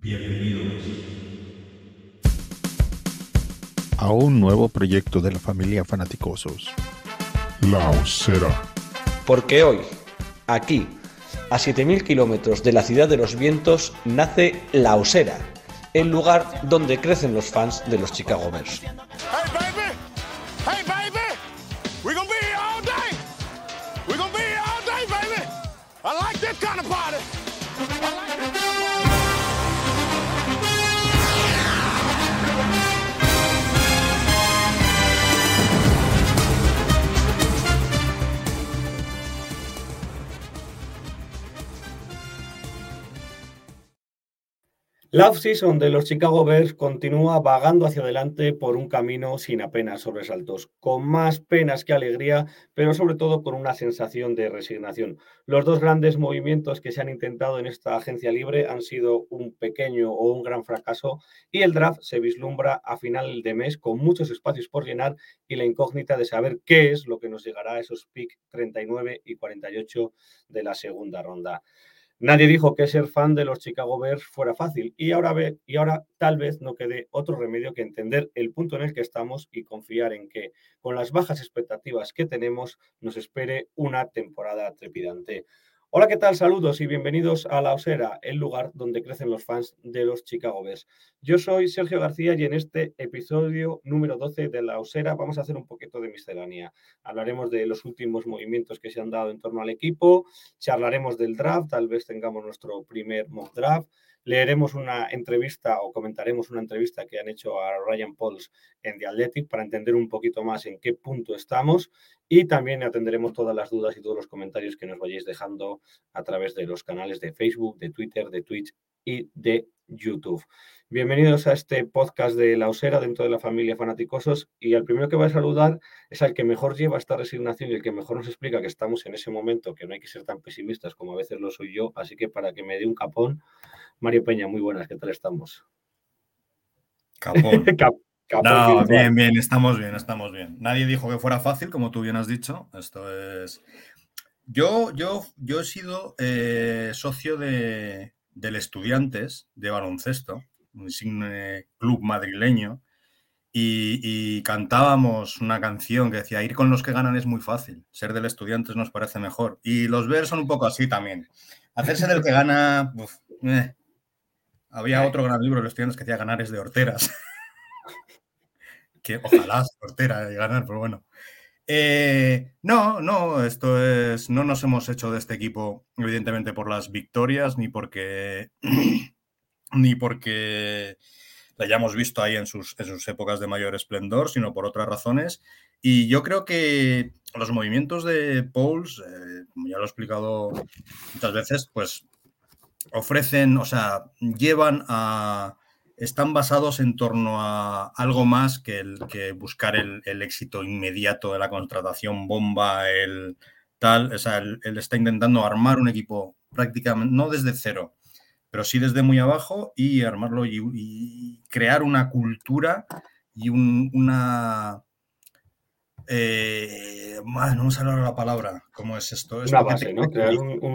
Bienvenidos a un nuevo proyecto de la familia Fanaticosos, La Osera. Porque hoy, aquí, a 7.000 kilómetros de la ciudad de los vientos, nace La Osera, el lugar donde crecen los fans de los Chicago Bears. Hey baby, we're gonna be here all day. We're gonna be here all day, baby. I like this kind of party. La off-season de los Chicago Bears continúa vagando hacia adelante por un camino sin apenas sobresaltos, con más penas que alegría, pero sobre todo con una sensación de resignación. Los dos grandes movimientos que se han intentado en esta agencia libre han sido un pequeño o un gran fracaso y el draft se vislumbra a final de mes con muchos espacios por llenar y la incógnita de saber qué es lo que nos llegará a esos picks 39 y 48 de la segunda ronda. Nadie dijo que ser fan de los Chicago Bears fuera fácil y ahora tal vez no quede otro remedio que entender el punto en el que estamos y confiar en que, con las bajas expectativas que tenemos, nos espere una temporada trepidante. Hola, ¿qué tal? Saludos y bienvenidos a La Osera, el lugar donde crecen los fans de los Chicago Bears. Yo soy Sergio García y en este episodio número 12 de La Osera vamos a hacer un poquito de miscelánea. Hablaremos de los últimos movimientos que se han dado en torno al equipo, charlaremos del draft, tal vez tengamos nuestro primer mock draft, leeremos una entrevista o comentaremos una entrevista que han hecho a Ryan Pauls en The Athletic para entender un poquito más en qué punto estamos y también atenderemos todas las dudas y todos los comentarios que nos vayáis dejando a través de los canales de Facebook, de Twitter, de Twitch y de YouTube. Bienvenidos a este podcast de La Osera dentro de la familia Fanaticosos y al primero que voy a saludar es al que mejor lleva esta resignación y el que mejor nos explica que estamos en ese momento, que no hay que ser tan pesimistas como a veces lo soy yo, así que para que me dé un capón, Mario Peña, muy buenas, ¿qué tal estamos? Capón. Capón No, bien, estamos bien. Nadie dijo que fuera fácil, como tú bien has dicho. Esto es... Yo he sido socio del Estudiantes de baloncesto, un club madrileño, y cantábamos una canción que decía: ir con los que ganan es muy fácil, ser del Estudiantes nos parece mejor. Y los Bears son un poco así también. Hacerse del que gana... Había otro gran libro de los Estudiantes que decía: ganar es de horteras. Que ojalá Hortera de ganar, pero bueno. No nos hemos hecho de este equipo, evidentemente, por las victorias, ni porque la hayamos visto ahí en sus épocas de mayor esplendor, sino por otras razones. Y yo creo que los movimientos de Pauls, como ya lo he explicado muchas veces, pues ofrecen, o sea, están basados en torno a algo más que buscar el éxito inmediato de la contratación bomba, el tal. O sea, él está intentando armar un equipo prácticamente, no desde cero, pero sí desde muy abajo, y armarlo y crear una cultura y una... no sé ahora la palabra. ¿Cómo es esto? Una base, ¿no? Crear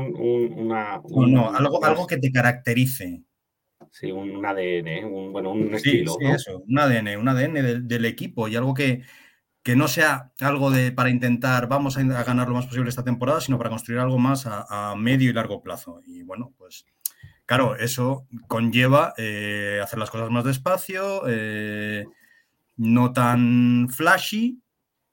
algo que te caracterice. Sí, un ADN, un estilo, sí, ¿no? Eso, un ADN del equipo, y algo que no sea algo para intentar vamos a ganar lo más posible esta temporada, sino para construir algo más a medio y largo plazo. Y bueno, pues claro, eso conlleva hacer las cosas más despacio, no tan flashy,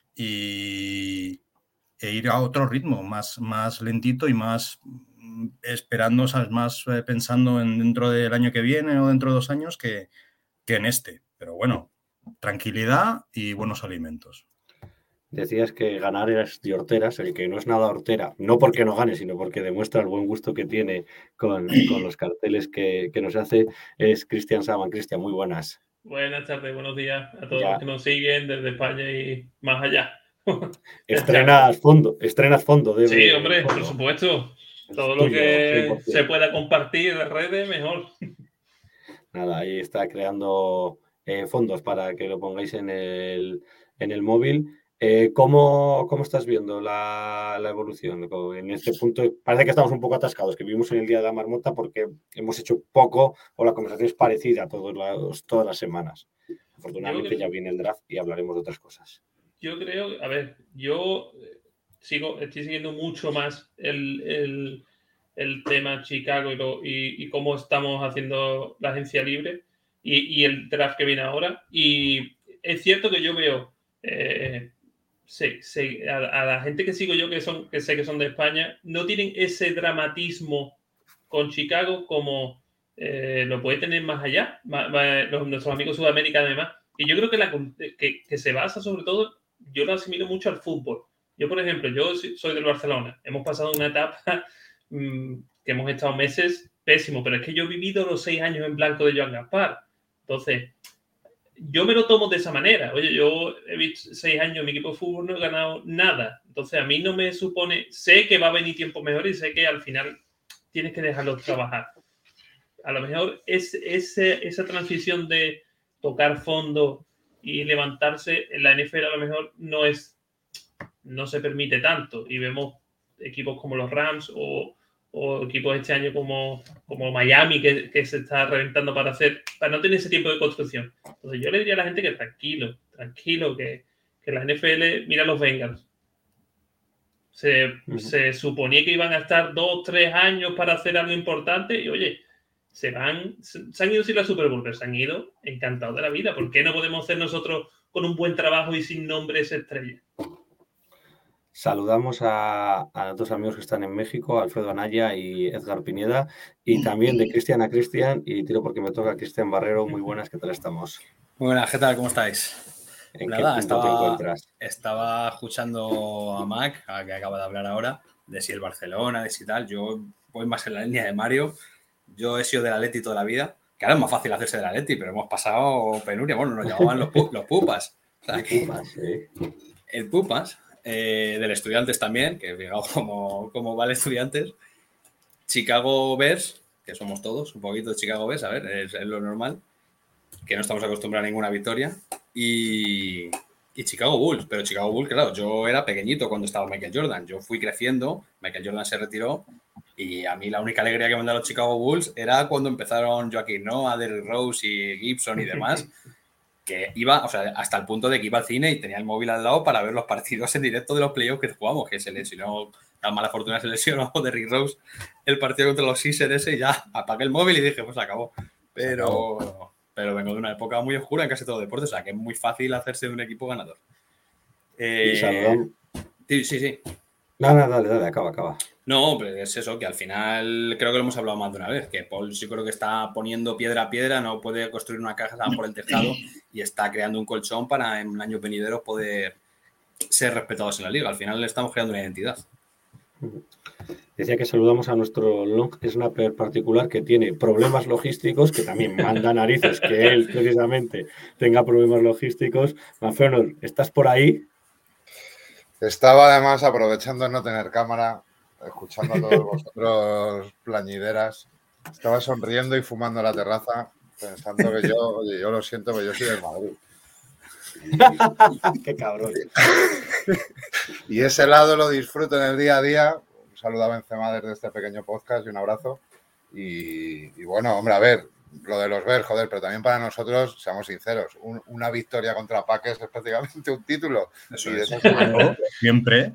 e ir a otro ritmo, más lentito y más esperando, ¿sabes? Más pensando en dentro del año que viene o dentro de 2 años que en este. Pero bueno, tranquilidad y buenos alimentos. Decías que ganar es de horteras, el que no es nada hortera, no porque no gane, sino porque demuestra el buen gusto que tiene con los carteles que nos hace, es Cristian Saban. Cristian, muy buenas. Buenas tardes, buenos días a todos los que nos siguen desde España y más allá. Estrenas fondo. Sí, hombre, por supuesto. Todo lo que 100%. Se pueda compartir en redes, mejor. Nada, ahí está creando fondos para que lo pongáis en el móvil. ¿Cómo estás viendo la evolución? En este punto parece que estamos un poco atascados, que vivimos en el Día de la Marmota porque hemos hecho poco o la conversación es parecida todas las semanas. Afortunadamente ya viene el draft y hablaremos de otras cosas. Yo creo, a ver, yo estoy siguiendo mucho más el tema Chicago y cómo estamos haciendo la agencia libre y el draft que viene ahora. Y es cierto que yo veo a la gente que sigo yo, que sé que son de España, no tienen ese dramatismo con Chicago como lo puede tener más allá, nuestros amigos de Sudamérica además. Y yo creo que se basa sobre todo, yo lo asimilo mucho al fútbol. Yo, por ejemplo, yo soy del Barcelona. Hemos pasado una etapa que hemos estado meses pésimo, pero es que yo he vivido los 6 años en blanco de Joan Gaspar. Entonces, yo me lo tomo de esa manera. Oye, yo he visto 6 años en mi equipo de fútbol, no he ganado nada. Entonces, a mí no me supone... Sé que va a venir tiempo mejor y sé que al final tienes que dejarlos trabajar. A lo mejor esa transición de tocar fondo y levantarse en la NFL a lo mejor no se permite tanto. Y vemos equipos como los Rams o equipos este año como Miami que se está reventando para no tener ese tiempo de construcción. Entonces yo le diría a la gente que tranquilo, que la NFL, mira los Bengals. Se suponía que iban a estar 2-3 años para hacer algo importante y oye, se han ido sin la Super Bowl, pero se han ido encantados de la vida. ¿Por qué no podemos hacer nosotros con un buen trabajo y sin nombres estrellas? Saludamos a dos amigos que están en México, Alfredo Anaya y Edgar Pineda, y también de Cristian a Cristian, y tiro porque me toca Cristian Barrero. Muy buenas, ¿qué tal estamos? Muy buenas, ¿qué tal? ¿Cómo estáis? ¿En qué punto te encuentras? Estaba escuchando a Mac, que acaba de hablar ahora, de si el Barcelona, de si tal. Yo voy más en la línea de Mario. Yo he sido del Atleti toda la vida, que ahora es más fácil hacerse del Atleti, pero hemos pasado penuria. Bueno, nos llamaban los Pupas. O sea, el Pupas, del Estudiantes también, que fijaos cómo vale Estudiantes. Chicago Bears, que somos todos, un poquito de Chicago Bears, a ver, es lo normal, que no estamos acostumbrados a ninguna victoria. Y Chicago Bulls, pero Chicago Bulls, claro, yo era pequeñito cuando estaba Michael Jordan. Yo fui creciendo, Michael Jordan se retiró y a mí la única alegría que me han dado los Chicago Bulls era cuando empezaron Joaquín Noah, Derrick Rose y Gibson y demás, que iba, o sea, hasta el punto de que iba al cine y tenía el móvil al lado para ver los partidos en directo de los playoffs que jugamos, que se lesionó, la mala fortuna se lesionó Derrick Rose el partido contra los Sixers ese y ya apagué el móvil y dije, pues acabó. Pero vengo de una época muy oscura en casi todo deporte, o sea, que es muy fácil hacerse de un equipo ganador. Sí. No, dale, acaba. No, pero es eso, que al final creo que lo hemos hablado más de una vez, que Paul sí creo que está poniendo piedra a piedra, no puede construir una casa por el tejado y está creando un colchón para en años venideros poder ser respetados en la liga. Al final le estamos creando una identidad. Decía que saludamos a nuestro long snapper particular que tiene problemas logísticos, que también manda narices que él precisamente tenga problemas logísticos. Manfrenor, ¿estás por ahí? Estaba además aprovechando no tener cámara, escuchando a todos vosotros plañideras. Estaba sonriendo y fumando en la terraza, pensando que yo lo siento, pero yo soy del Madrid. ¡Qué cabrón! Y ese lado lo disfruto en el día a día. Un saludo a Benzema desde este pequeño podcast y un abrazo. Y bueno, hombre, a ver, lo de los Bears, joder, pero también para nosotros, seamos sinceros, una victoria contra Packers es prácticamente un título. Eso es. Siempre.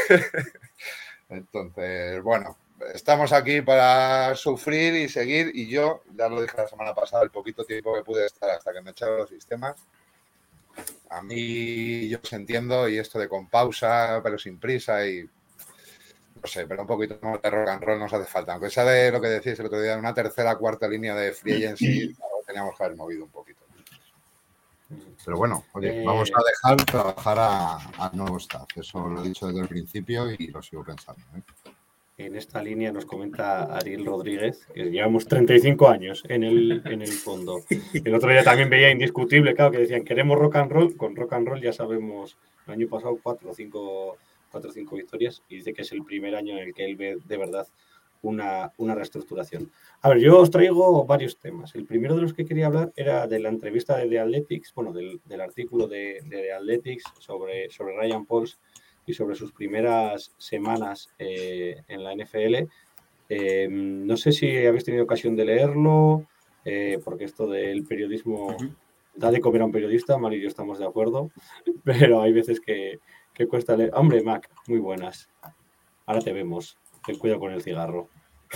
Entonces, bueno, estamos aquí para sufrir y seguir. Y yo, ya lo dije la semana pasada, el poquito tiempo que pude estar hasta que me echaron los sistemas, a mí yo os entiendo y esto de con pausa, pero sin prisa y no sé, pero un poquito más de rock and roll nos hace falta. Aunque sea de lo que decís el otro día, una tercera, cuarta línea de free agency, teníamos que haber movido un poquito. Pero bueno, oye, vamos a dejar trabajar a nuevo staff. Eso lo he dicho desde el principio y lo sigo pensando. En esta línea nos comenta Ariel Rodríguez, que llevamos 35 años en el fondo. El otro día también veía indiscutible, claro, que decían, queremos rock and roll. Con rock and roll ya sabemos, el año pasado 4 o 5 victorias, y dice que es el primer año en el que él ve de verdad una reestructuración. A ver, yo os traigo varios temas. El primero de los que quería hablar era de la entrevista de The Athletics, bueno, del artículo de The Athletics sobre Ryan Pauls y sobre sus primeras semanas en la NFL. No sé si habéis tenido ocasión de leerlo, porque esto del periodismo da de comer a un periodista, Mario y yo estamos de acuerdo, pero hay veces que cuesta leer. Hombre, Mac, muy buenas. Ahora te vemos. Ten cuidado con el cigarro.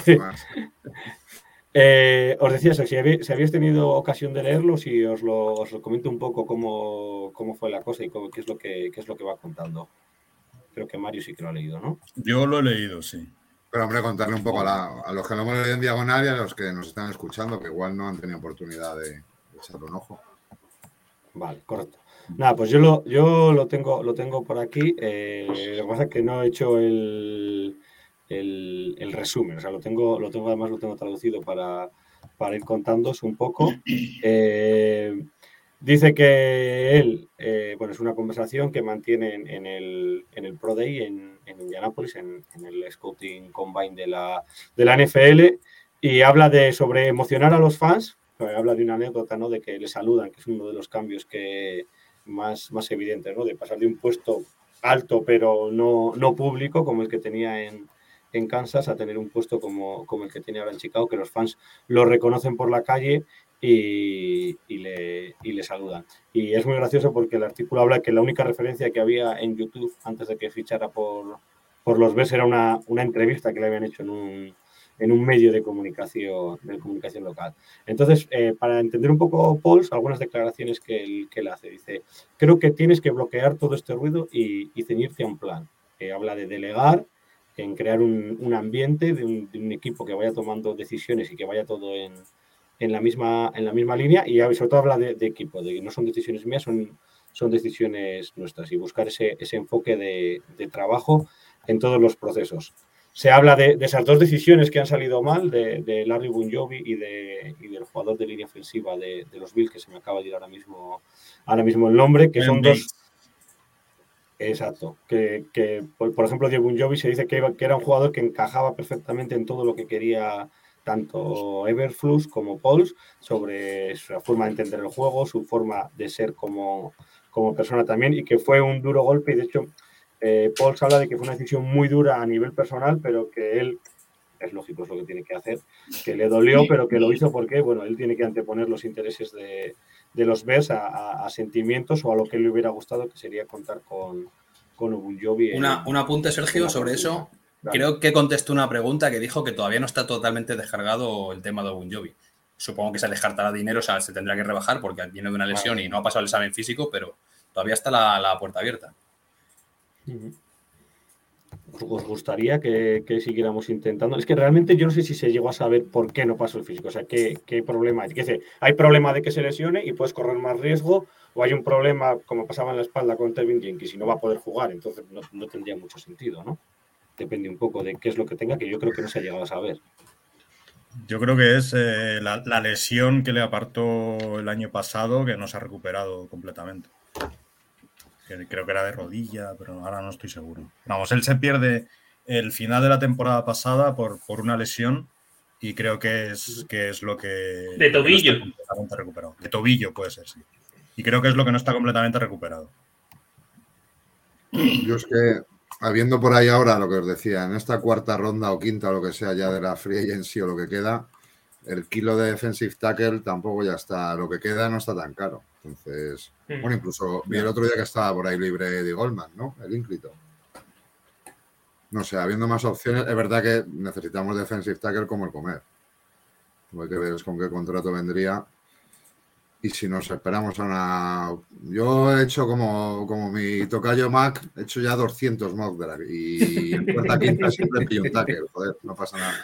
Os decía eso, si habéis tenido ocasión de leerlo, si os lo comento un poco cómo fue la cosa y qué es lo que va contando. Creo que Mario sí que lo ha leído, ¿no? Yo lo he leído, sí. Pero, hombre, contarle un poco a los que lo hemos leído en diagonal y a los que nos están escuchando, que igual no han tenido oportunidad de echarle un ojo. Vale, correcto. Nada, pues yo lo tengo por aquí. Lo que pasa es que no he hecho el resumen. O sea, además lo tengo traducido para ir contándoos un poco. Dice que él, bueno, es una conversación que mantiene en el Pro Day en Indianápolis, en el Scouting Combine de la NFL, y habla sobre emocionar a los fans. Habla de una anécdota, ¿no? De que le saludan, que es uno de los cambios que más evidentes, ¿no? De pasar de un puesto alto pero no público como el que tenía en Kansas a tener un puesto como el que tiene ahora en Chicago, que los fans lo reconocen por la calle y le saludan. Y es muy gracioso porque el artículo habla que la única referencia que había en YouTube antes de que fichara por los Bears era una entrevista que le habían hecho en un medio de comunicación local. Entonces, para entender un poco Pauls, algunas declaraciones que él hace. Dice, creo que tienes que bloquear todo este ruido y ceñirte a un plan. Habla de delegar, en crear un ambiente de un equipo que vaya tomando decisiones y que vaya todo en la misma línea, y sobre todo habla de equipo, de que no son decisiones mías, son decisiones nuestras, y buscar ese enfoque de trabajo en todos los procesos. Se habla de esas dos decisiones que han salido mal, de Larry Ogunjobi y del jugador de línea ofensiva de los Bills, que se me acaba de ir ahora mismo el nombre, que son dos. Exacto. Que por ejemplo, de Ogunjobi se dice que era un jugador que encajaba perfectamente en todo lo que quería tanto Eberflus como Pauls, sobre su forma de entender el juego, su forma de ser como persona también, y que fue un duro golpe. Y de hecho, Pauls habla de que fue una decisión muy dura a nivel personal, pero que él, es lógico, es lo que tiene que hacer, que le dolió, pero que lo hizo porque, bueno, él tiene que anteponer los intereses de los Bears a sentimientos o a lo que le hubiera gustado, que sería contar con Ogunjobi. Un apunte, Sergio, sobre eso. Claro. Creo que contestó una pregunta que dijo que todavía no está totalmente descargado el tema de Ogunjobi. Supongo que se descartará dinero, o sea, se tendrá que rebajar porque viene de una lesión y no ha pasado el examen físico, pero todavía está la puerta abierta. ¿Os gustaría que siguiéramos intentando? Es que realmente yo no sé si se llegó a saber por qué no pasó el físico, o sea, qué problema hay. ¿Hay problema de que se lesione y puedes correr más riesgo, o hay un problema como pasaba en la espalda con Tevin Jenkins y no va a poder jugar? Entonces no tendría mucho sentido, ¿no? Depende un poco de qué es lo que tenga, que yo creo que no se ha llegado a saber. Yo creo que es la lesión que le apartó el año pasado, que no se ha recuperado completamente. Creo que era de rodilla, pero ahora no estoy seguro. Vamos, él se pierde el final de la temporada pasada por una lesión, y creo que es lo que... De tobillo. No está completamente recuperado. De tobillo puede ser, sí. Y creo que es lo que no está completamente recuperado. Yo es que, habiendo por ahí ahora lo que os decía, en esta cuarta ronda o quinta o lo que sea ya de la free agency o lo que queda, el kilo de defensive tackle tampoco ya está, lo que queda no está tan caro. Entonces, bueno, incluso vi el otro día que estaba por ahí libre de Goldman, ¿no? El ínclito. No sé, habiendo más opciones, es verdad que necesitamos defensive tackle como el comer. Hay que ver con qué contrato vendría. Y si nos esperamos a una... Yo he hecho como mi tocayo Mac, he hecho ya 200 mock draft y en cuarta quinta siempre pillo un tackle. Joder, no pasa nada.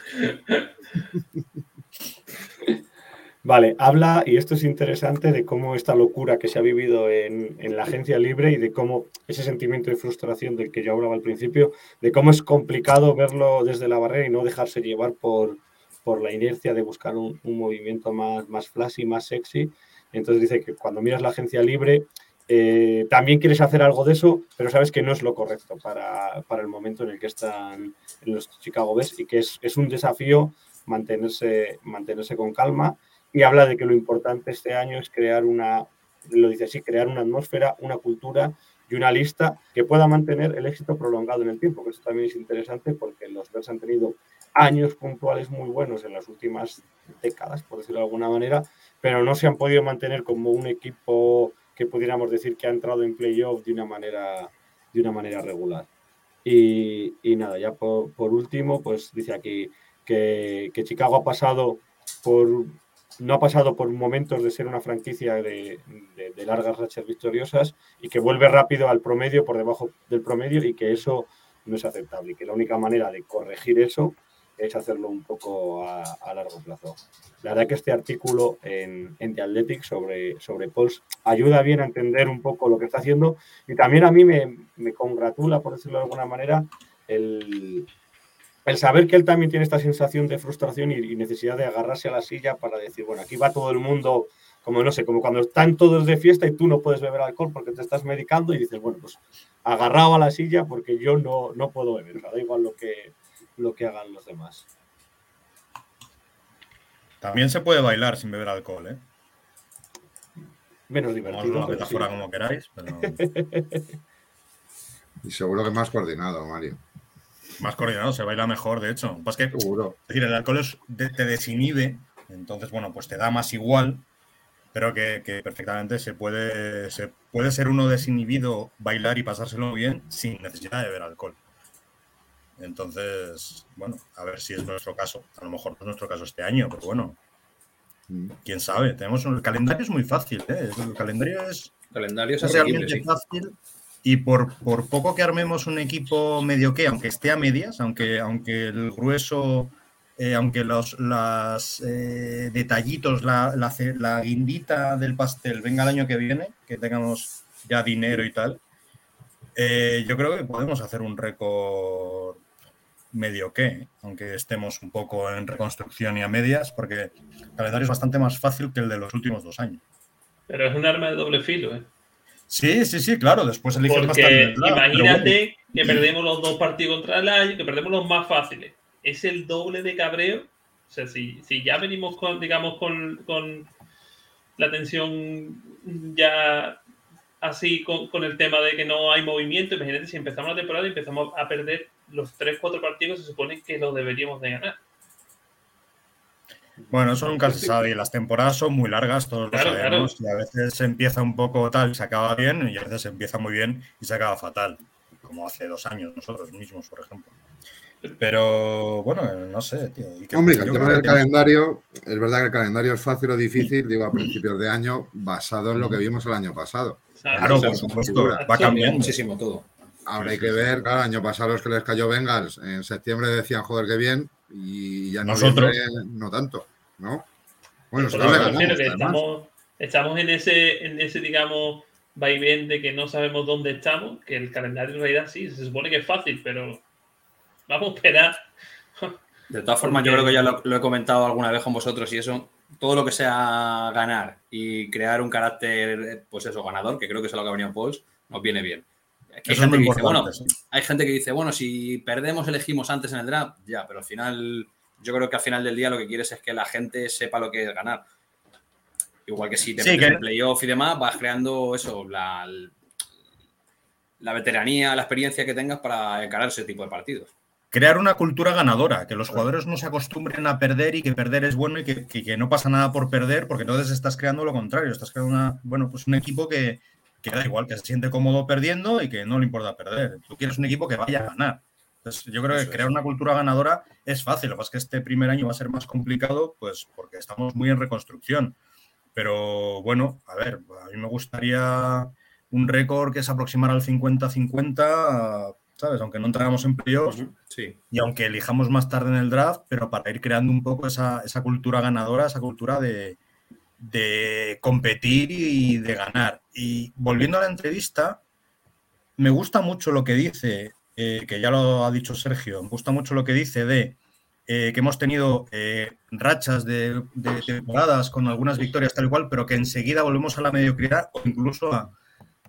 Vale, habla, y esto es interesante, de cómo esta locura que se ha vivido en la agencia libre y de cómo ese sentimiento de frustración del que yo hablaba al principio, de cómo es complicado verlo desde la barrera y no dejarse llevar por la inercia de buscar un movimiento más flashy, más sexy. Entonces dice que cuando miras la agencia libre también quieres hacer algo de eso, pero sabes que no es lo correcto para el momento en el que están los Chicago Bears y que es un desafío mantenerse con calma, y habla de que lo importante este año es crear una atmósfera, una cultura y una lista que pueda mantener el éxito prolongado en el tiempo, que eso también es interesante porque los Bears han tenido años puntuales muy buenos en las últimas décadas, por decirlo de alguna manera, pero no se han podido mantener como un equipo que pudiéramos decir que ha entrado en playoff de una manera regular. Y nada, ya por último, pues dice aquí que Chicago no ha pasado por momentos de ser una franquicia de largas rachas victoriosas y que vuelve rápido al promedio, por debajo del promedio, y que eso no es aceptable y que la única manera de corregir eso es hacerlo un poco a largo plazo. La verdad que este artículo en The Athletic sobre Pauls ayuda bien a entender un poco lo que está haciendo, y también a mí me congratula, por decirlo de alguna manera, el saber que él también tiene esta sensación de frustración y necesidad de agarrarse a la silla para decir, bueno, aquí va todo el mundo, como no sé, como cuando están todos de fiesta y tú no puedes beber alcohol porque te estás medicando, y dices, bueno, pues agarrado a la silla porque yo no puedo beber, o sea, da igual lo que hagan los demás. También se puede bailar sin beber alcohol, ¿eh? Menos divertido. Una metáfora como queráis, pero... Y seguro que más coordinado, Mario. Más coordinado, se baila mejor, de hecho. Pues que, Seguro. Es decir, el alcohol te desinhibe, entonces, bueno, pues te da más igual, pero que perfectamente se puede ser uno desinhibido, bailar y pasárselo bien sin necesidad de beber alcohol. Entonces, bueno, a ver si es nuestro caso. A lo mejor no es nuestro caso este año, pero bueno, quién sabe. El calendario es muy fácil, ¿eh? El calendario es realmente fácil. Y por poco que armemos un equipo medio que, aunque esté a medias, aunque el grueso, aunque los detallitos, la guindita del pastel venga el año que viene, que tengamos ya dinero y tal, yo creo que podemos hacer un récord medio que, aunque estemos un poco en reconstrucción y a medias, porque el calendario es bastante más fácil que el de los últimos 2 años. Pero es un arma de doble filo, ¿eh? Sí, claro, después eliges más tarde. Imagínate que perdemos los 2 partidos contra el año, que perdemos los más fáciles. Es el doble de cabreo. O sea, si ya venimos con la tensión ya así con el tema de que no hay movimiento, imagínate si empezamos la temporada y empezamos a perder los 3-4 partidos que se supone que los deberíamos de ganar. Bueno, eso nunca se sabe. Las temporadas son muy largas, todos lo sabemos. Claro. Y a veces se empieza un poco tal y se acaba bien, y a veces se empieza muy bien y se acaba fatal, como hace 2 años nosotros mismos, por ejemplo. Pero, bueno, no sé, tío. Hombre, el tema del calendario, es verdad que el calendario es fácil o difícil, digo, a principios de año, basado en lo que vimos el año pasado. Claro, por supuesto, va cambiando muchísimo todo. Ahora hay que ver, claro, el año pasado los que les cayó Bengals, en septiembre decían, joder, qué bien, y ya nosotros no tanto, ¿no? Bueno, nosotros le ganamos, que estamos en ese, digamos, vaivén de que no sabemos dónde estamos, que el calendario en realidad sí, se supone que es fácil, pero vamos a esperar. De todas formas, yo creo que ya lo he comentado alguna vez con vosotros, y eso, todo lo que sea ganar y crear un carácter, pues eso, ganador, que creo que es a lo que ha venido Pauls, nos viene bien. Hay gente que dice, bueno, hay gente que dice, bueno, si perdemos elegimos antes en el draft, ya, pero al final, yo creo que al final del día lo que quieres es que la gente sepa lo que es ganar. Igual que si te metes en playoff y demás, vas creando eso, la veteranía, la experiencia que tengas para encarar ese tipo de partidos. Crear una cultura ganadora, que los jugadores no se acostumbren a perder y que perder es bueno y que no pasa nada por perder, porque entonces estás creando lo contrario, estás creando un equipo que da igual, que se siente cómodo perdiendo y que no le importa perder. Tú quieres un equipo que vaya a ganar. Entonces, yo creo que crear una cultura ganadora es fácil. Lo que pasa es que este primer año va a ser más complicado, pues porque estamos muy en reconstrucción. Pero bueno, a ver, a mí me gustaría un récord que se aproximara al 50-50, ¿sabes? Aunque no entráramos en playoffs, sí. Y aunque elijamos más tarde en el draft, pero para ir creando un poco esa cultura ganadora, esa cultura de competir y de ganar. Y volviendo a la entrevista, me gusta mucho lo que dice, que ya lo ha dicho Sergio, me gusta mucho lo que dice de que hemos tenido rachas de temporadas con algunas victorias tal y cual, pero que enseguida volvemos a la mediocridad o incluso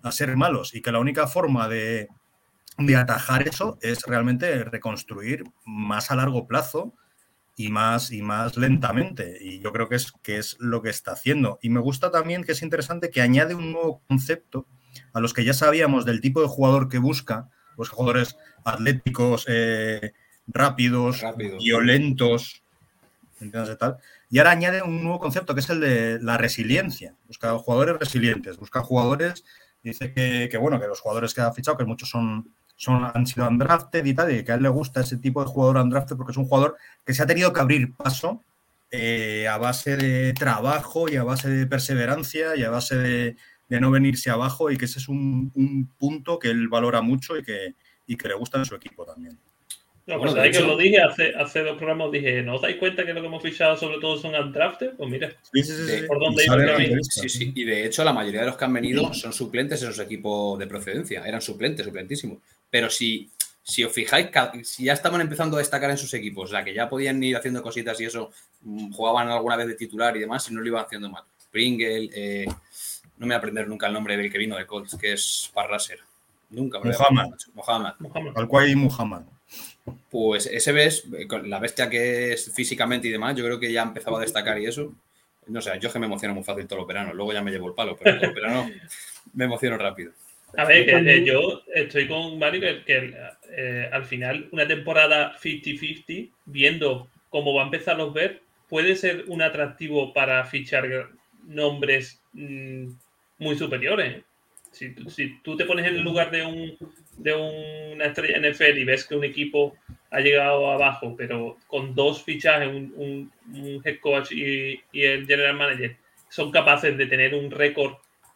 a ser malos y que la única forma de atajar eso es realmente reconstruir más a largo plazo y más lentamente. Y yo creo que es lo que está haciendo. Y me gusta también que es interesante que añade un nuevo concepto a los que ya sabíamos del tipo de jugador que busca, los jugadores atléticos, rápidos, violentos, ¿entiendes? Tal. Y ahora añade un nuevo concepto que es el de la resiliencia. Busca jugadores resilientes, busca jugadores, dice que bueno, que los jugadores que ha fichado, que muchos han sido undrafted y tal, y que a él le gusta ese tipo de jugador undrafted porque es un jugador que se ha tenido que abrir paso a base de trabajo y a base de perseverancia y a base de no venirse abajo, y que ese es un punto que él valora mucho y que le gusta en su equipo también. No, pues sabéis que os lo dije hace 2 programas, dije, ¿no os dais cuenta que lo que hemos fichado sobre todo son undrafted? Pues mira, por dónde iba el camino. Sí, y de hecho la mayoría de los que han venido son suplentes en su equipo de procedencia, eran suplentísimos. Pero si os fijáis, si ya estaban empezando a destacar en sus equipos, o sea, que ya podían ir haciendo cositas y eso, jugaban alguna vez de titular y demás, y no lo iban haciendo mal. Pringle, no me voy a aprender nunca el nombre del que vino de Colts, que es Parraser. Nunca me lo voy a aprender. Muhammad. Al-Quay Muhammad. Pues ese ves, con la bestia que es físicamente y demás, yo creo que ya empezaba a destacar y eso. No sé, yo es que me emociono muy fácil todos los veranos, luego ya me llevo el palo, pero todos los veranos me emociono rápido. A ver, que yo estoy con Mario que al final una temporada 50-50, viendo cómo va a empezar los ver, puede ser un atractivo para fichar nombres muy superiores. Si tú te pones en el lugar de una estrella NFL y ves que un equipo ha llegado abajo, pero con 2 fichajes, un head coach y el general manager, son capaces de tener un récord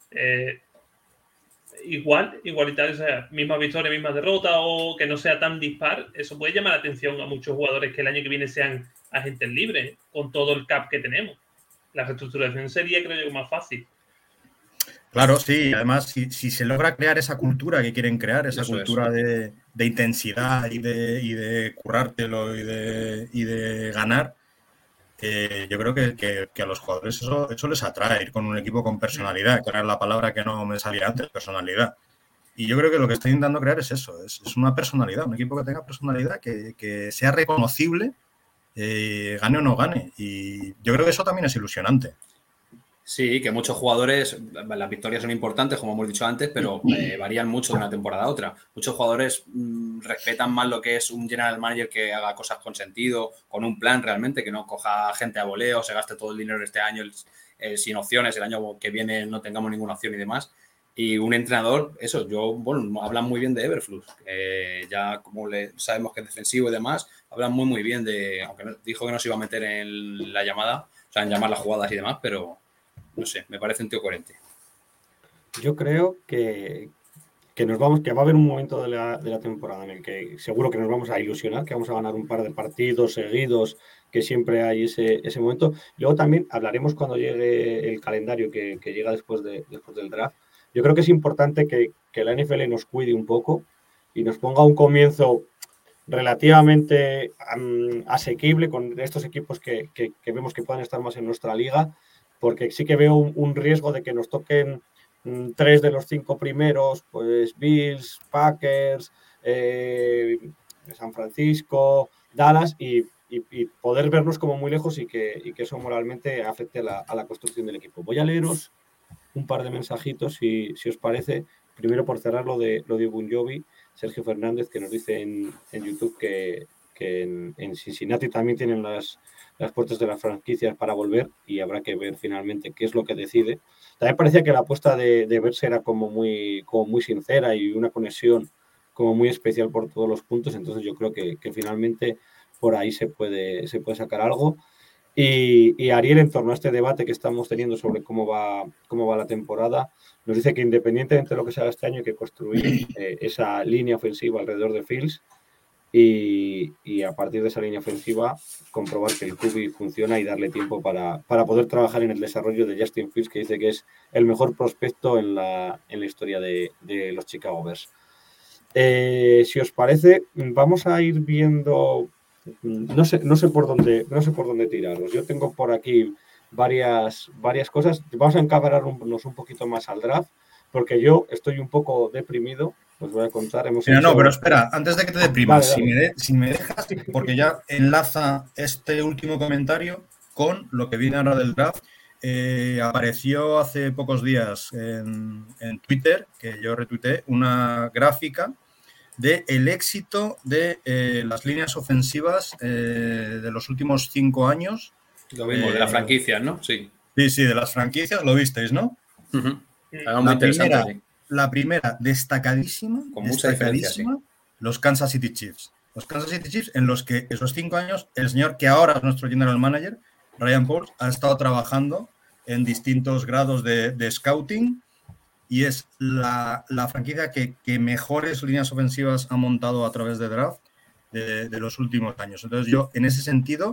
igualitario, o sea, misma victoria, misma derrota, o que no sea tan dispar, eso puede llamar la atención a muchos jugadores que el año que viene sean agentes libres, con todo el cap que tenemos. La reestructuración sería, creo yo, más fácil. Claro, sí. Además, si se logra crear esa cultura que quieren crear, esa Eso cultura de intensidad y de currártelo y de ganar, yo creo que a los jugadores eso les atrae, ir con un equipo con personalidad, que era la palabra que no me salía antes, personalidad. Y yo creo que lo que está intentando crear es eso, es una personalidad, un equipo que tenga personalidad, que sea reconocible, gane o no gane. Y yo creo que eso también es ilusionante. Sí, que muchos jugadores, las victorias son importantes, como hemos dicho antes, pero varían mucho de una temporada a otra. Muchos jugadores respetan más lo que es un general manager que haga cosas con sentido, con un plan realmente, que no coja gente a voleo, se gaste todo el dinero este año sin opciones, el año que viene no tengamos ninguna opción y demás. Y un entrenador, hablan muy bien de Eberflus, ya como sabemos que es defensivo y demás, hablan muy bien de, aunque dijo que no se iba a meter en la llamada, o sea, en llamar las jugadas y demás, pero no sé, me parece un tío coherente. Yo creo que va a haber un momento de la temporada en el que seguro que nos vamos a ilusionar, que vamos a ganar un par de partidos seguidos, que siempre hay ese momento. Luego también hablaremos cuando llegue el calendario que llega después del draft. Yo creo que es importante que la NFL nos cuide un poco y nos ponga un comienzo relativamente asequible con estos equipos que vemos que puedan estar más en nuestra liga, porque sí que veo un riesgo de que nos toquen 3 de los 5 primeros, pues Bills, Packers, San Francisco, Dallas, y poder vernos como muy lejos y que eso moralmente afecte a la construcción del equipo. Voy a leeros un par de mensajitos, si os parece. Primero, por cerrar lo de Bon Jovi, Sergio Fernández, que nos dice en YouTube que en Cincinnati también tienen las puertas de las franquicias para volver, y habrá que ver finalmente qué es lo que decide. También parecía que la apuesta de Verse era como muy sincera y una conexión como muy especial por todos los puntos, entonces yo creo que finalmente por ahí se puede sacar algo. Y Ariel, en torno a este debate que estamos teniendo sobre cómo va la temporada, nos dice que independientemente de lo que se haga este año, hay que construir esa línea ofensiva alrededor de Fields y a partir de esa línea ofensiva comprobar que el QB funciona y darle tiempo para poder trabajar en el desarrollo de Justin Fields, que dice que es el mejor prospecto en la historia de los Chicago Bears. Si os parece, vamos a ir viendo, no sé por dónde tiraros. Yo tengo por aquí varias cosas. Vamos a encabrarnos un poquito más al draft. porque yo estoy un poco deprimido. Os voy a contar. No, pero espera, antes de que te deprimas, Vale. si me dejas, porque ya enlaza este último comentario con lo que viene ahora del draft. Apareció hace pocos días en Twitter, que yo retuiteé, una gráfica del éxito de las líneas ofensivas de los últimos 5 años. Lo mismo, de las franquicias, ¿no? Sí. Sí, de las franquicias, lo visteis, ¿no? Uh-huh. Muy interesante, sí. La primera, destacadísima, con mucha diferencia, sí. Los Kansas City Chiefs. Los Kansas City Chiefs, en los que esos 5 años, el señor que ahora es nuestro general manager, Ryan Pauls, ha estado trabajando en distintos grados de scouting y es la franquicia que mejores líneas ofensivas ha montado a través de draft de los últimos años. Entonces yo, en ese sentido,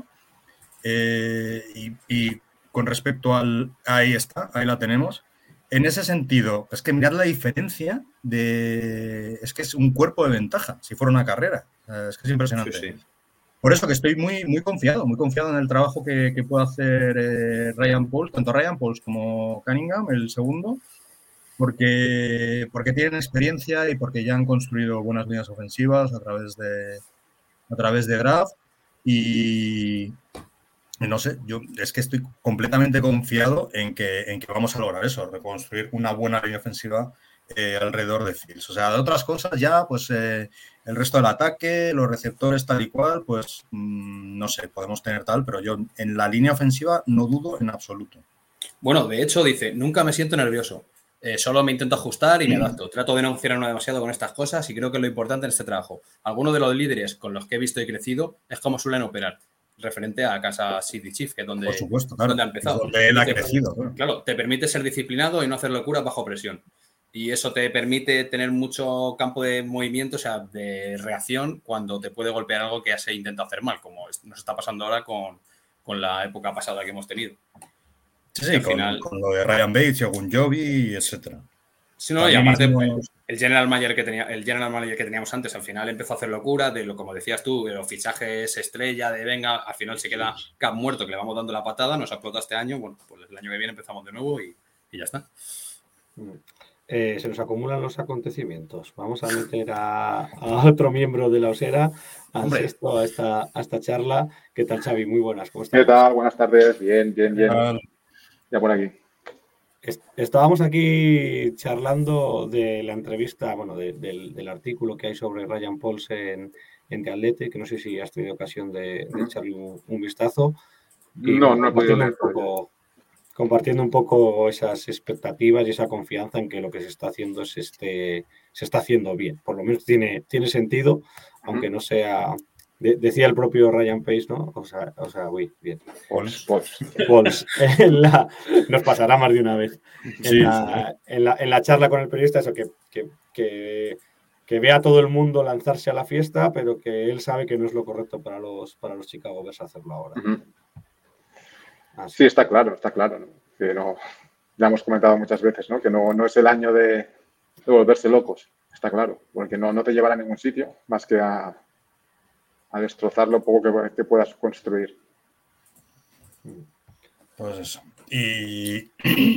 y con respecto al... Ahí está, ahí la tenemos. En ese sentido, es que mirad la diferencia es que es un cuerpo de ventaja, si fuera una carrera. Es que es impresionante. Sí. Por eso que estoy muy confiado en el trabajo que puede hacer Ryan Pauls, tanto Ryan Pauls como Cunningham, el segundo, porque tienen experiencia y porque ya han construido buenas líneas ofensivas a través de draft y no sé, yo es que estoy completamente confiado en que vamos a lograr eso, reconstruir una buena línea ofensiva alrededor de Fields. O sea, de otras cosas ya, pues el resto del ataque, los receptores tal y cual, pues no sé, podemos tener tal, pero yo en la línea ofensiva no dudo en absoluto. Bueno, de hecho dice, nunca me siento nervioso, solo me intento ajustar y me adapto. Trato de no emocionarme demasiado con estas cosas y creo que es lo importante en este trabajo. Algunos de los líderes con los que he visto y crecido es como suelen operar. Referente a Kansas City Chiefs, que es donde, por supuesto, claro, donde ha empezado. Donde él ha crecido. Claro, te permite ser disciplinado y no hacer locuras bajo presión. Y eso te permite tener mucho campo de movimiento, o sea, de reacción cuando te puede golpear algo que ya se intenta hacer mal, como nos está pasando ahora con la época pasada que hemos tenido. Sí, al final... con lo de Ryan Bates, Ogunjobi, etcétera. Sí, no, y aparte, pues, el general manager que teníamos antes, al final empezó a hacer locura, como decías tú, de los fichajes estrella, de venga, al final se queda cap muerto, que le vamos dando la patada, nos ha explotado este año, bueno, pues el año que viene empezamos de nuevo y ya está. Se nos acumulan los acontecimientos. Vamos a meter a otro miembro de la osera, a esta charla. ¿Qué tal, Xavi? Muy buenas, ¿cómo estás? ¿Qué tal? Buenas tardes, bien. Ya por aquí. Estábamos aquí charlando de la entrevista, bueno, del artículo que hay sobre Ryan Pauls en The Athletic, que no sé si has tenido ocasión de echarle un vistazo. No he podido leer. Compartiendo un poco esas expectativas y esa confianza en que lo que se está haciendo se está haciendo bien. Por lo menos tiene sentido, aunque no sea... Decía el propio Ryan Pace, ¿no? O sea, bien. Pauls. Nos pasará más de una vez. En la charla con el periodista, eso que vea a todo el mundo lanzarse a la fiesta, pero que él sabe que no es lo correcto para los Chicago Bears hacerlo ahora. Sí, está claro, ¿no? Que no, ya hemos comentado muchas veces, ¿no? Que no es el año de volverse locos, está claro, porque no te llevará a ningún sitio más que a destrozar lo poco que puedas construir. Pues eso. Y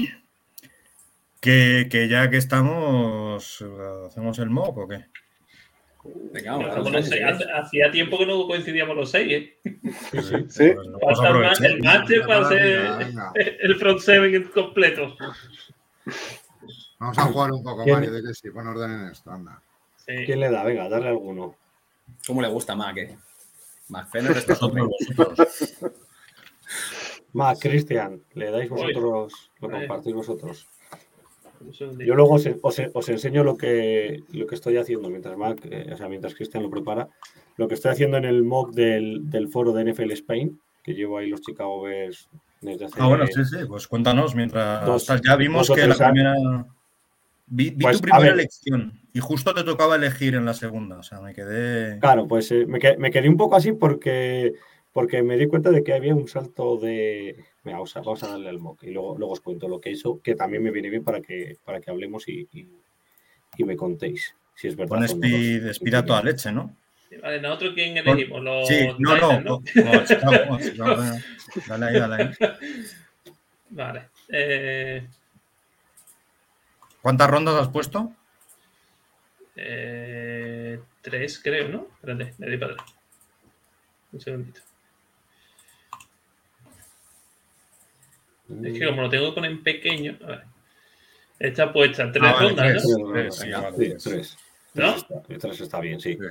que ya que estamos, ¿hacemos el mock o qué? Venga, hacía tiempo que no coincidíamos los 6, ¿eh? Sí. Pues el match para hacer el front seven completo. Vamos a jugar un poco, Mario, de que sí, pon orden en esto, anda. Sí. ¿Quién le da? Venga, darle alguno. ¿Cómo le gusta Mac, Mac Fenner está vosotros. Mac, Cristian, ¿le dais vosotros? ¿Lo compartís vosotros? Yo luego os enseño lo que estoy haciendo mientras Mac, mientras Cristian lo prepara. Lo que estoy haciendo en el mock del foro de NFL Spain, que llevo ahí los Chicago Bears desde hace... bueno, sí, pues cuéntanos mientras ya vimos que la primera... Vi pues, tu primera elección y justo te tocaba elegir en la segunda, o sea, me quedé... Claro, pues me quedé un poco así porque me di cuenta de que había un salto de... Mira, vamos a darle al mock y luego os cuento lo que hizo, que también me viene bien para que hablemos y me contéis si es verdad. Con Speed a toda leche, ¿no? Vale, ¿nosotros quién elegimos? ¿no? Dale ahí. Vale. ¿Cuántas rondas has puesto? 3, creo, ¿no? Espérate, le doy para atrás. Un segundito. Es que como lo tengo con en pequeño, a ver. Está puesta 3 vale, rondas, tres. ¿no? Vale, Sí, 3. ¿No? 3 está bien, sí.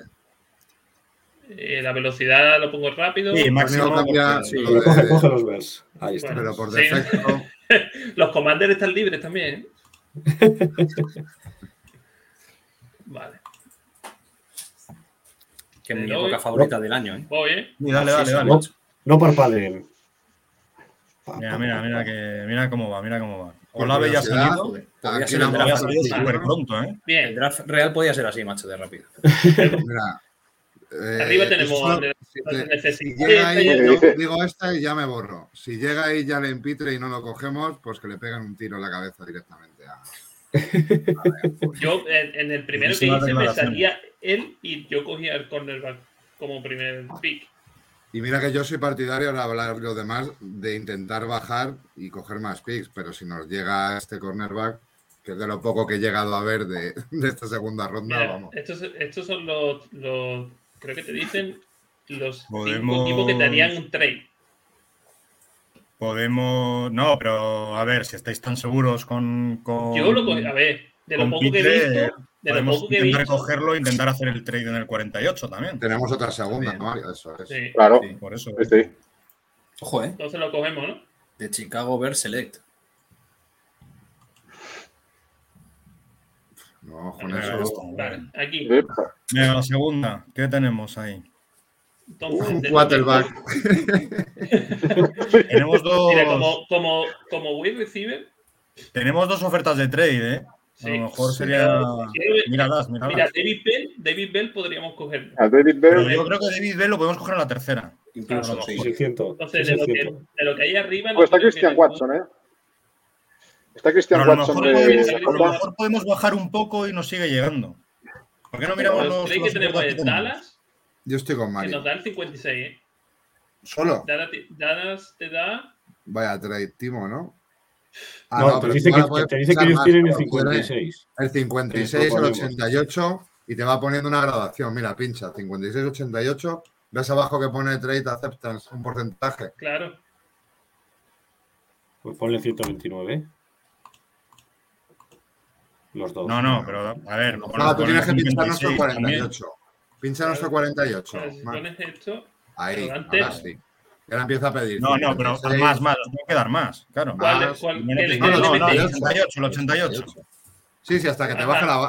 La velocidad lo pongo rápido. Sí, máximo cambia, porque- sí. Pero coge los vers. Ahí está. Bueno, Pero por sí. defecto, Los commanders están libres también. Vale. Que es mi Le doy. época favorita del año, ¿eh? Voy, ¿eh? Sí, dale, dale, dale. No, no parpadeen. Mira cómo va, mira cómo va. por Olave ya ha curiosidad, salido. joder, Podría aquí ser la el Ya ha draft. salido mola, súper ¿no? pronto, ¿eh? El Bien. draft real podía ser así, macho, de rápido. Mira, Arriba tenemos eso, si si necesidad. llega ahí, Sí, yo sí. digo esta y ya me borro. Si llega ahí ya le impitre y no lo cogemos, pues que le pegan un tiro en la cabeza directamente. Yo en el primero que Buenísima hice me declaración. salía él y yo cogía el cornerback como primer pick. Y mira que yo soy partidario, ahora hablar los demás, de intentar bajar y coger más picks, pero si nos llega este cornerback, que es de lo poco que he llegado a ver de esta segunda ronda, Mira, vamos. estos son los, creo que te dicen, los 5 Podemos- equipos que te harían un trade. Podemos. No, pero a ver, si estáis tan seguros con. Yo lo cogí, a ver, de lo con poco que he Pitre, visto, de lo podemos poco que he intentar visto. cogerlo e intentar hacer el trade en el 48 también. Tenemos otra segunda, Bien. Mario, eso es. Sí, Claro, Sí. Por eso. sí. Ojo, ¿eh? entonces lo cogemos, ¿no? De Chicago Bears Select. No, con Venga, eso. esto, Vale, aquí. Sí. Venga, la segunda. ¿Qué tenemos ahí? Entonces, Un de quarterback. Tenemos dos. Mira, como wide receiver, Tenemos dos ofertas de trade, ¿eh? sí. A lo mejor Pero sería. quiero- Míralas, Mira, míralas. David Bell podríamos cogerlo. A David Pero Bell. yo creo que David Bell lo podemos coger en la tercera. Incluso, Claro, sí. 600. Entonces, de lo que hay arriba. Pues está no tiene Christian ningún- Watson, ¿eh? Está Christian Pero a lo Watson mejor, de a lo mejor podemos bajar un poco y nos sigue llegando. ¿Por qué no miramos Los los trades que tenemos ofertas en que tenemos? Dallas, Yo estoy con que Mario. nos da el 56, ¿eh? ¿Solo? Dallas te da. Vaya trade, Timo, ¿no? No, te dice tú ahora que, puedes te dice que pensar ellos más, tienen el pero tiene 56. El 56, Sí, el proponemos. 88 y te va poniendo una gradación. Mira, pincha, 56, 88. ¿Ves abajo que pone trade acceptance? Un porcentaje. Claro. Pues ponle 129. Los dos. No, pero a ver. No, tú tienes que pinchar nuestro 56 también. 48. Pincha nuestro 48. Pues, si Marc. pones esto. Ahí, pero antes- ahora sí. Y ahora empieza a pedir. No, pero 56. más, nos tengo que dar más, claro. ¿Cuál, Más. cuál, No, qué le- no, qué le no, el metéis? 88, el 88. Sí, sí, hasta que te baje la.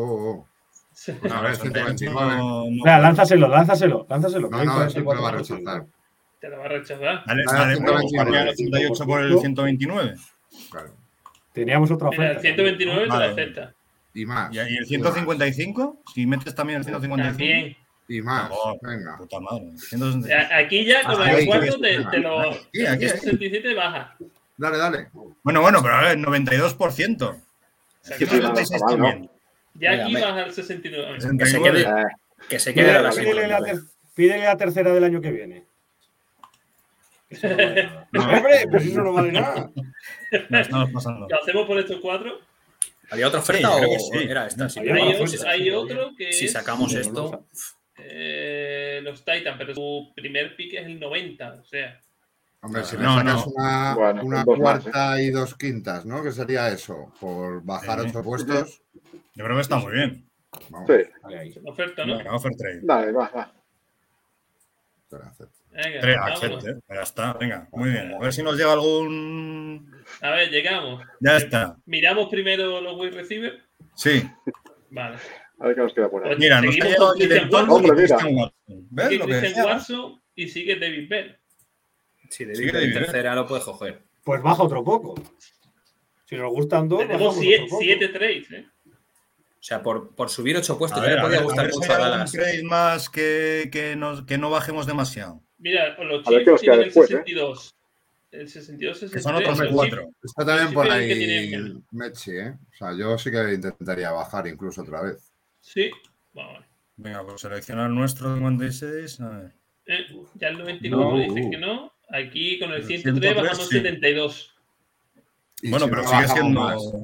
A ver, 129. No, Espera, lánzaselo. No, no, eso te lo va a rechazar. Te lo va a rechazar. Vale, Ah, vale, 129. pues cambiar el 88 por el 129. Claro. Teníamos otra Mira, oferta. el 129 te Vale. lo acepta. Y más. ¿Y el 155? Si metes también el 155. También. Y más. Oh, Venga. puta madre. 160. Aquí ya con Ahí, el 4 aquí, te lo. aquí, aquí. 67 baja. Dale. Bueno, pero a ver, 92%. sea, Sí, que sí, no- 166 no, no. también. Ya aquí Venga, baja al 69. Que se 69. quede, que se quede a la Pídele la tercera del año que viene. Eso no vale nada. No, hombre, pues eso no vale nada. No, estamos pasando. ¿Lo hacemos por estos 4? ¿Había otra oferta Sí, yo creo o que sí. era esta? Sí, Había bueno, otra pues oferta. Hay otro que si es sacamos Sí, esto, los Titans, pero su primer pick es el 90. O sea, Hombre, si No, le sacas no. una, Bueno, una dos más, cuarta y 2 quintas, ¿no? Que sería eso, por bajar Sí. 8 puestos. Yo creo que está muy bien. Vamos, Sí, Vale, ahí. es una oferta, ¿no? Venga, offer trade. dale, va. espera, acepto. Venga, Trade, vámonos. accepte. Ya está, venga, muy bien. A ver si nos llega algún. A ver, llegamos. Ya está. Miramos primero los wide receivers. Sí. Vale. A ver qué nos queda por ahí. Pues Mira, nos ha seguimos llegado con Christian Jalen Tolman Watson, y Hombre, mira. Christian Watson. ¿Ves sigue lo que Christian decía? Watson y sigue David Bell. si Sí, de David, tercera lo puedes coger. Pues baja otro poco. Si nos gustan dos, Tenemos bajamos otro poco. 7 trades, ¿eh? O sea, por subir 8 puestos, A ya ver, le a podía ver, gustar si mucho hay a algún Dallas. trade más que no bajemos demasiado. Mira, los A ver qué nos Chiefs queda tienen el después, 62. El 62, Que son otros 63. 4. Está también Sí, por sí, ahí que tienen- Mechi, ¿eh? O sea, yo sí que intentaría bajar incluso otra vez. Sí. Vamos. Venga, pues seleccionar nuestro 56. A ver. Ya el 94 No. dice que no. Aquí con el El 103 103, bajamos sí. 72. Y Bueno, si pero no, sigue bajamos siendo. más.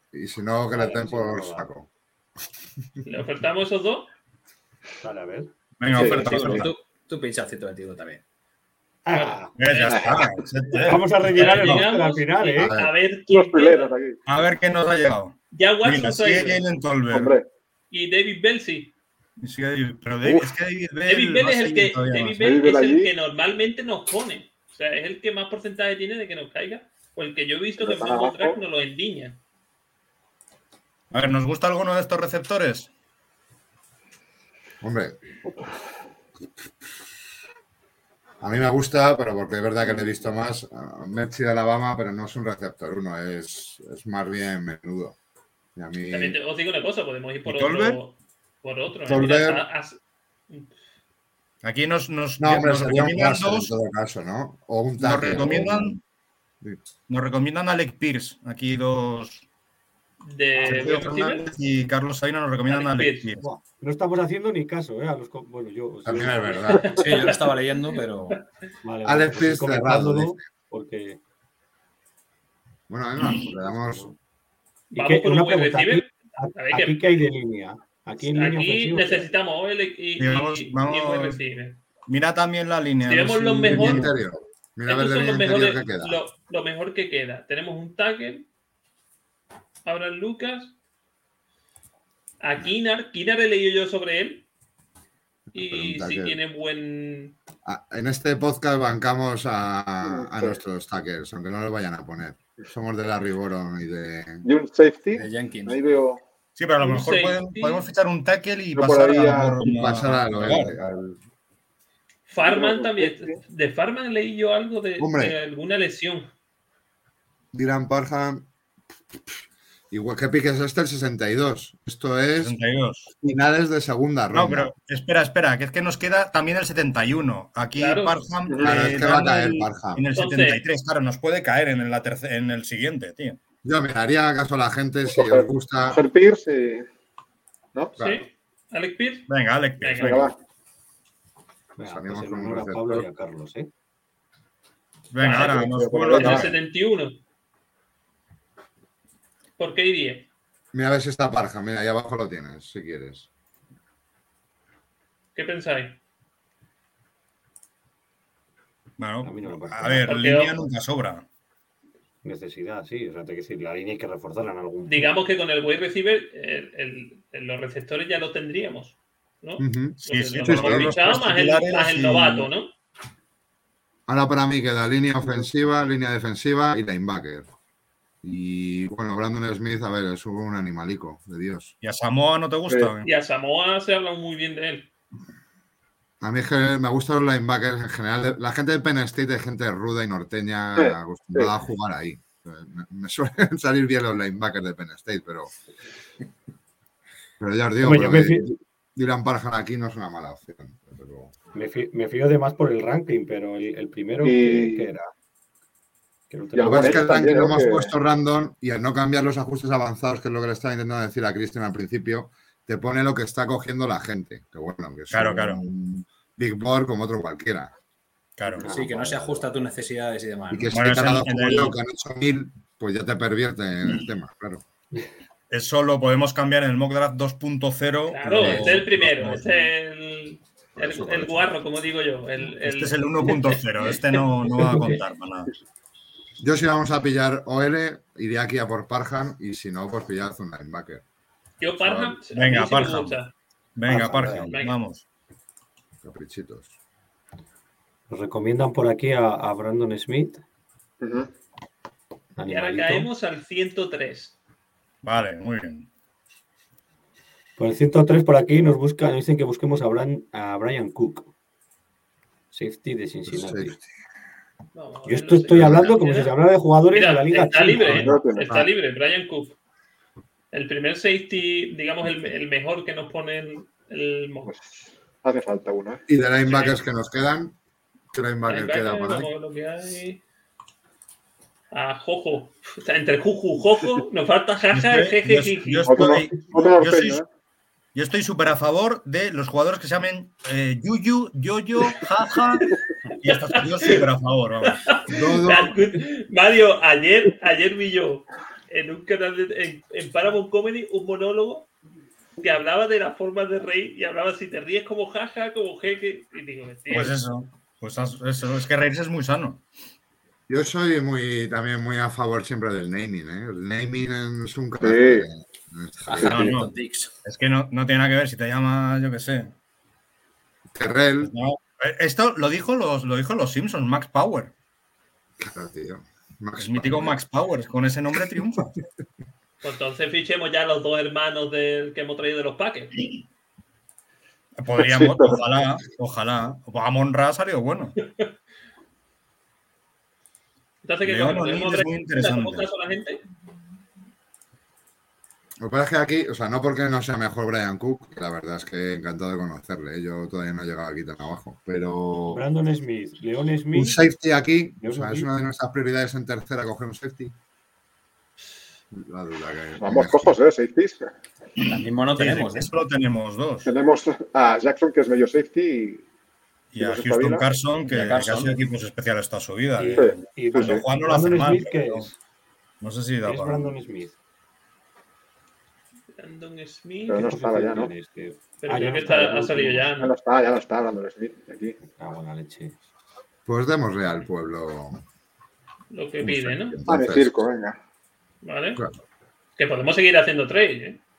Y si no, que le den sí, por no va. saco. ¿Le ofertamos esos dos? Vale, a ver. Venga, Sí, oferta, sí, oferta. Tú pincha el 121 también. Ah, Ya está. vamos a rellenar el Llegamos, roster al final, ¿eh? A ver Los quién pileros queda. aquí. A ver qué nos ha llegado. Ya Mira, Watson se ha sigue ido. Jalen Tolbert. Hombre, Y David Bell sí. Pero David, es que David Bell, David Bell va a es el seguir que, todavía David más. Bell David Bell es el allí. que normalmente nos pone. O sea, es el que más porcentaje tiene de que nos caiga. O el que yo he visto que en Pero para Mock Draft abajo. nos lo endiña. A ver, ¿nos gusta alguno de estos receptores? Hombre. A mí me gusta, pero porque es verdad que lo he visto más. Metsi de Alabama, pero no es un receptor uno, es más bien menudo. Y a mí. También os digo una cosa, podemos ir por ¿Y Tolbert? otro. Por otro. Tolbert. Mira, Aquí nos No, hombre, nos sería un recomiendan Russell en dos. todo caso, ¿no? O un Nos tackle. recomiendan, Sí. nos recomiendan a Alec Pierce. Aquí dos. de Sergio wide receiver. Fernández y Carlos Saina nos recomiendan a Alec Alec Pierce. Pierce. Buah, no estamos haciendo ni caso, ¿eh? A los, bueno, yo. También es verdad. Sí, yo lo estaba leyendo, pero. Vale, Alex pues Pierce comentándolo, cerrado, porque. Bueno, venga, pues le damos. ¿Y Vamos qué? por Una un wide pregunta. receiver. Aquí, A ver, aquí ¿qué hay de línea? Aquí en línea Aquí ofensiva. necesitamos OL y wide receiver. Mira también la línea. Si a ver vemos los si- mejores- Línea interior. Mira a ver Estos de son línea los interior mejores, que queda. lo mejor que queda. Tenemos un tackle. Abraham Lucas. A Kinar. Kinar he leído yo sobre él. Y Pero un sí tackle. tiene buen. En este podcast bancamos a nuestros tackers, aunque no los vayan a poner. Somos de la Riboron y de. y un safety. De Jenkins. Ahí veo. Sí, pero a lo Un mejor safety. podemos fichar un tackle y Yo por pasar ahí a, Y pasar a lo jugar. Farman un también. safety. De Farman leí yo algo Hombre. de alguna lesión. Dylan Parham. Igual que piques este el 62. Esto es 62. finales de segunda ronda. No, pero espera, que es que nos queda también el 71. Aquí Claro. Parham Claro, es que va a dan caer Parham. en el Entonces- 73. Claro, nos puede caer en en el siguiente, tío. Yo me haría caso a la gente si os gusta. Coger Pierce y. ¿No? Claro. ¿Sí? Alex Pierce. Venga, Alec Pierce. Venga, Venga, Venga, va. Venga, Salimos pues en con un honor a receptor. Pablo y a Carlos, ¿eh? Venga, ahora Vale, nos pues, vuelve En a el venga. caer. 71. ¿Por qué iría? Mira a ver si está Parham. Mira, ahí abajo lo tienes, si quieres. ¿Qué pensáis? Bueno, A mí no me parece a ver, Porque, línea ojo. nunca sobra. Necesidad, sí. O sea, que si la línea hay que reforzarla en algún. Digamos que con el wide receiver los receptores ya los tendríamos, ¿no? Ujú. Sí, sí, Los sí, hemos sí. fichado más el y- novato, ¿no? Ahora para mí queda línea ofensiva, línea defensiva y linebacker. Y bueno, Brandon Smith, a ver, es un animalico, de Dios. ¿Y a Samoa no te gusta? Y a Samoa se habla muy bien de él. A mí es que me gustan los linebackers en general. La gente de Penn State es gente ruda y norteña Sí, acostumbrada sí. a jugar ahí. Me suelen salir bien los linebackers de Penn State, pero ya os digo, Hombre, yo pero me que fí- Dylan Parham aquí no es una mala opción. Pero... Me fío de más por el ranking, pero el primero, Y- ¿qué era? Que no Y tengo- Lo que pasa es que el También, ranking lo ¿no? hemos Que- puesto random y al no cambiar los ajustes avanzados, que es lo que le estaba intentando decir a Cristian al principio, te pone lo que está cogiendo la gente. Que bueno, que es Claro, un claro. Big Board como otro cualquiera. Claro. Sí, que no se ajusta a tus necesidades y demás. Y ¿no? que si Bueno, te es han dado en como el- yo, que han hecho 1000, pues ya te pervierte en el tema, claro. Eso lo podemos cambiar en el mock draft 2.0. Claro, pero- este es el primero, no, este es el guarro, como digo yo. Este es el 1.0. Este no va a contar para nada. Yo si vamos a pillar OL, iría aquí a por Parham y si no, pues pillad un linebacker. Yo Parham, Venga, a mí sí me Parham. gusta. Venga, Parham, Parham, venga. vamos. Caprichitos. Nos recomiendan por aquí a Brandon Smith. Ujú. Y ahora Animalito. caemos al 103. Vale, muy bien. Por el 103 por aquí nos dicen que busquemos a Brian Cook. Safety de Sí. Cincinnati. Vamos a Yo ver esto los estoy hablando como mira. si se hablara de jugadores Mira, de la liga está china. libre, No tiene. está libre, Brian Cook. El primer safety, digamos, el mejor que nos pone el mock. Pues hace falta uno, ¿eh? Y de linebackers que nos quedan, ¿qué linebacker Linebacker, queda por ahí? vamos a ver lo que hay. A Jojo. O sea, entre Juju y Jojo nos falta Jaja, Jeje, Jiji. Otro norteño, ¿eh? Yo estoy súper a favor de los jugadores que se llamen Yuyu, Yoyo, Jaja. Y estas yo súper a favor. Vamos. Dodo, Mario, ayer vi yo en un canal en Paramount Comedy un monólogo que hablaba de las formas de reír y hablaba si te ríes como jaja, como jeque. Y digo, tío, Pues eso, es que reírse es muy sano. Yo soy también muy a favor siempre del naming, ¿eh? El naming es un Sí. No. Es que no tiene nada que ver si te llamas, yo qué sé. Terrell. No. Esto lo dijo los Simpsons, Max Power. Claro, tío. El mítico Max Power, con ese nombre triunfa. Pues entonces fichemos ya a los dos hermanos que hemos traído de los Packers. Podríamos, ojalá. Amon Ra salió bueno. Entonces, ¿qué Leon cogemos? O'Neal es muy interesante. ¿Hacemos caso a la gente? Lo que pasa es que aquí, o sea, no porque no sea mejor Brian Cook, que la verdad es que encantado de conocerle, yo todavía no he llegado aquí tan abajo, pero... Brandon Smith, Leon Smith... Un safety aquí, Leon o sea, es Smith. una de nuestras prioridades en tercera coger un safety. La duda que... Vamos cojos, safeties. Ahora mismo no tenemos. Solo tenemos dos. Tenemos a Jackson, que es medio safety, Y a nos Houston espabila. Carson, que Y a Carson. ha sido equipos especiales toda su vida. Y Cuando Juan no lo hace Brandon mal. Smith, ¿qué pero es? No sé si da Es para... Brandon Smith. Brandon Smith. pero no estaba ya, ¿no? Tienes, tío? Pero Ah, creo ya que no está, ha salido ya, Ya ¿no? no está Brandon Smith aquí. Ah, buena leche. Pues démosle al pueblo. Lo que pide, ¿no? Ah, de circo, venga. Vale. Claro. Que podemos seguir haciendo trade, ¿eh?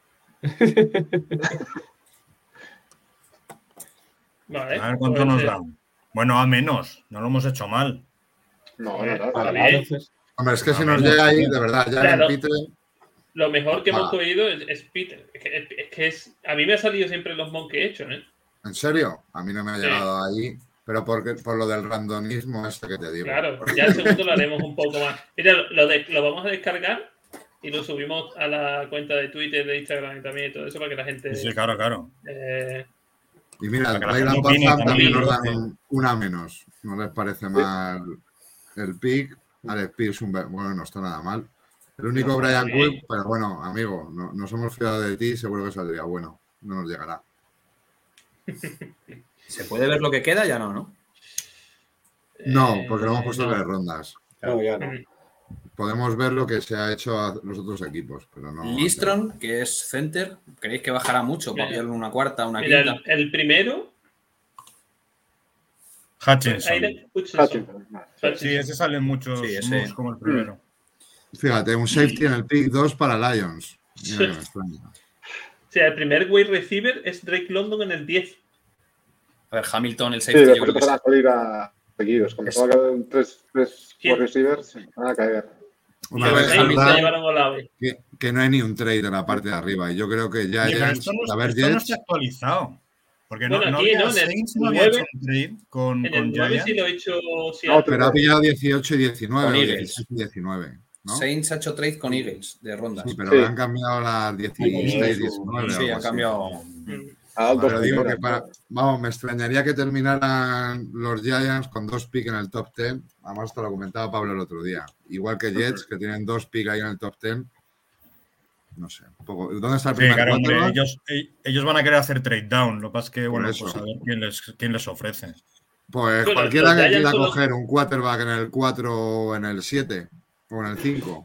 Vale. A ver cuánto pues, nos dan. Bueno, a menos. No lo hemos hecho mal. No. Está bien. Entonces, Hombre, es que si A nos menos, llega ahí, sí. de verdad, ya Claro. repite. Lo mejor que hemos Ah. cogido es Peter. A mí me ha salido siempre los mons que he hecho, ¿eh? ¿En serio? A mí no me ha Sí. llegado ahí, pero por lo del randomismo este que te digo. Claro, ya el segundo lo haremos un poco más. Mira, lo vamos a descargar y lo subimos a la cuenta de Twitter, de Instagram y también y todo eso para que la gente... Sí, claro. Y mira, el Para que la Rayland gente opine Patham también también, nos dan una menos. ¿No les parece mal el pick? Alex Pick es bueno, no está nada mal. El único Brian bien. Cook, pero bueno, amigo, nos hemos fiado de ti, seguro que saldría bueno. No nos llegará. ¿Se puede ver lo que queda? Ya no, ¿no? No, porque lo hemos puesto no. en las rondas. no, ya no. Podemos ver lo que se ha hecho a los otros equipos, pero no. Listron, que es center, ¿creéis que bajará mucho para pillarle una cuarta, una Mira, quinta? el primero... Hutchinson. Aiden Hutchinson. Sí, ese sale en muchos Sí, ese. mocks como el primero. Fíjate, un safety en el pick 2 para Lions. Mira que me extraña. O sea, el primer wide receiver es Drake London en el 10. A ver, Hamilton, el Sí, safety, yo después creo que empezarán a salir a seguidos. Cuando se va a quedar en tres ¿Quién? wide receivers, van a caer. Una Y vez los Saints verdad se llevaron Olave. que no hay ni un trade en la parte de arriba. Y yo creo que ya Oye, pero esto no Jets, está actualizado. Porque Bueno, no aquí, había ¿no? En el Saints no había 9, hecho un trade con En el 9 Giants. sí lo he hecho... Sí, No, pero ha pillado 18 y 19 Con o Eagles. 16 y 19. ¿no? Saints ha hecho trade con Eagles de rondas. Sí, pero Sí. le han cambiado las 16, 19. Sí, algo ha así. cambiado. A dos Pero digo que primeras. vamos, me extrañaría que terminaran los Giants con 2 picks en el top 10. Además, te lo comentaba Pablo el otro día. Igual que Jets, que tienen 2 picks ahí en el top 10. No sé. Un poco. ¿Dónde está el Sí, primer claro, hombre, quarterback? ellos van a querer hacer trade down. Lo que pasa es que, bueno, eso. pues a ver quién les ofrece. Pues Bueno, cualquiera los que Giants quiera son los- coger un quarterback en el 4 o en el 7 o en el 5.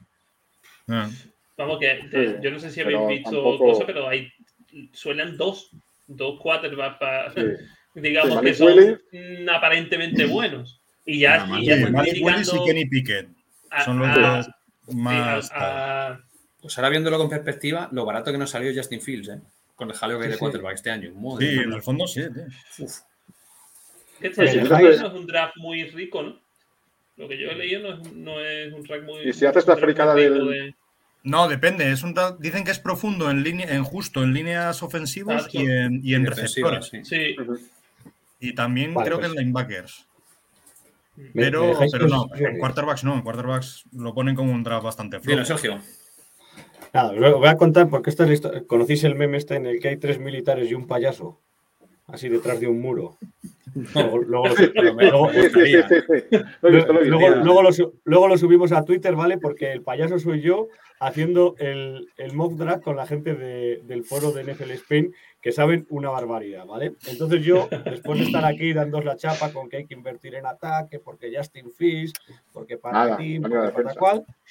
Vamos, que Sí, yo no sé si pero habéis visto tampoco- cosas, pero suenan dos quarterbacks para, Sí. digamos Sí, que Malik son Willis. Aparentemente buenos. Y ya, Malik y ya Willis. se está Malik Willis y dedicando Kenny Pickett a- son los a- dos más. Pues ahora viéndolo con perspectiva, lo barato que nos salió Justin Fields, ¿eh? Con el jaleo que hay de Sí, sí. quarterback este año. Madre Sí, mía. en el fondo sí, tío. Uf. Este Sí, no sí. es un draft muy rico, ¿no? Lo que yo he leído no es un draft muy. Y si haces la un draft muy fricada rico del- No, depende. Dicen que es profundo en líneas ofensivas Exacto. y en Defensiva, receptores. sí. Sí. Y también Vale, creo pues. que en linebackers. ¿Me Pero dejáis no, cosas? en quarterbacks no. En quarterbacks lo ponen como un draft bastante Dilo, flojo. Sergio. Nada, os voy a contar porque esta es la historia. ¿Conocéis el meme este en el que hay 3 militares y un payaso? Así detrás de un muro. Luego Sí, sí. Lo he visto, lo he visto. luego lo subimos a Twitter, ¿vale? Porque el payaso soy yo haciendo el mock draft con la gente del foro de NFL Spain que saben una barbaridad, ¿vale? Entonces yo, después de estar aquí dándos la chapa con que hay que invertir en ataque, porque Justin Fields, porque para Nada, ti, no porque hay para defensa. cual,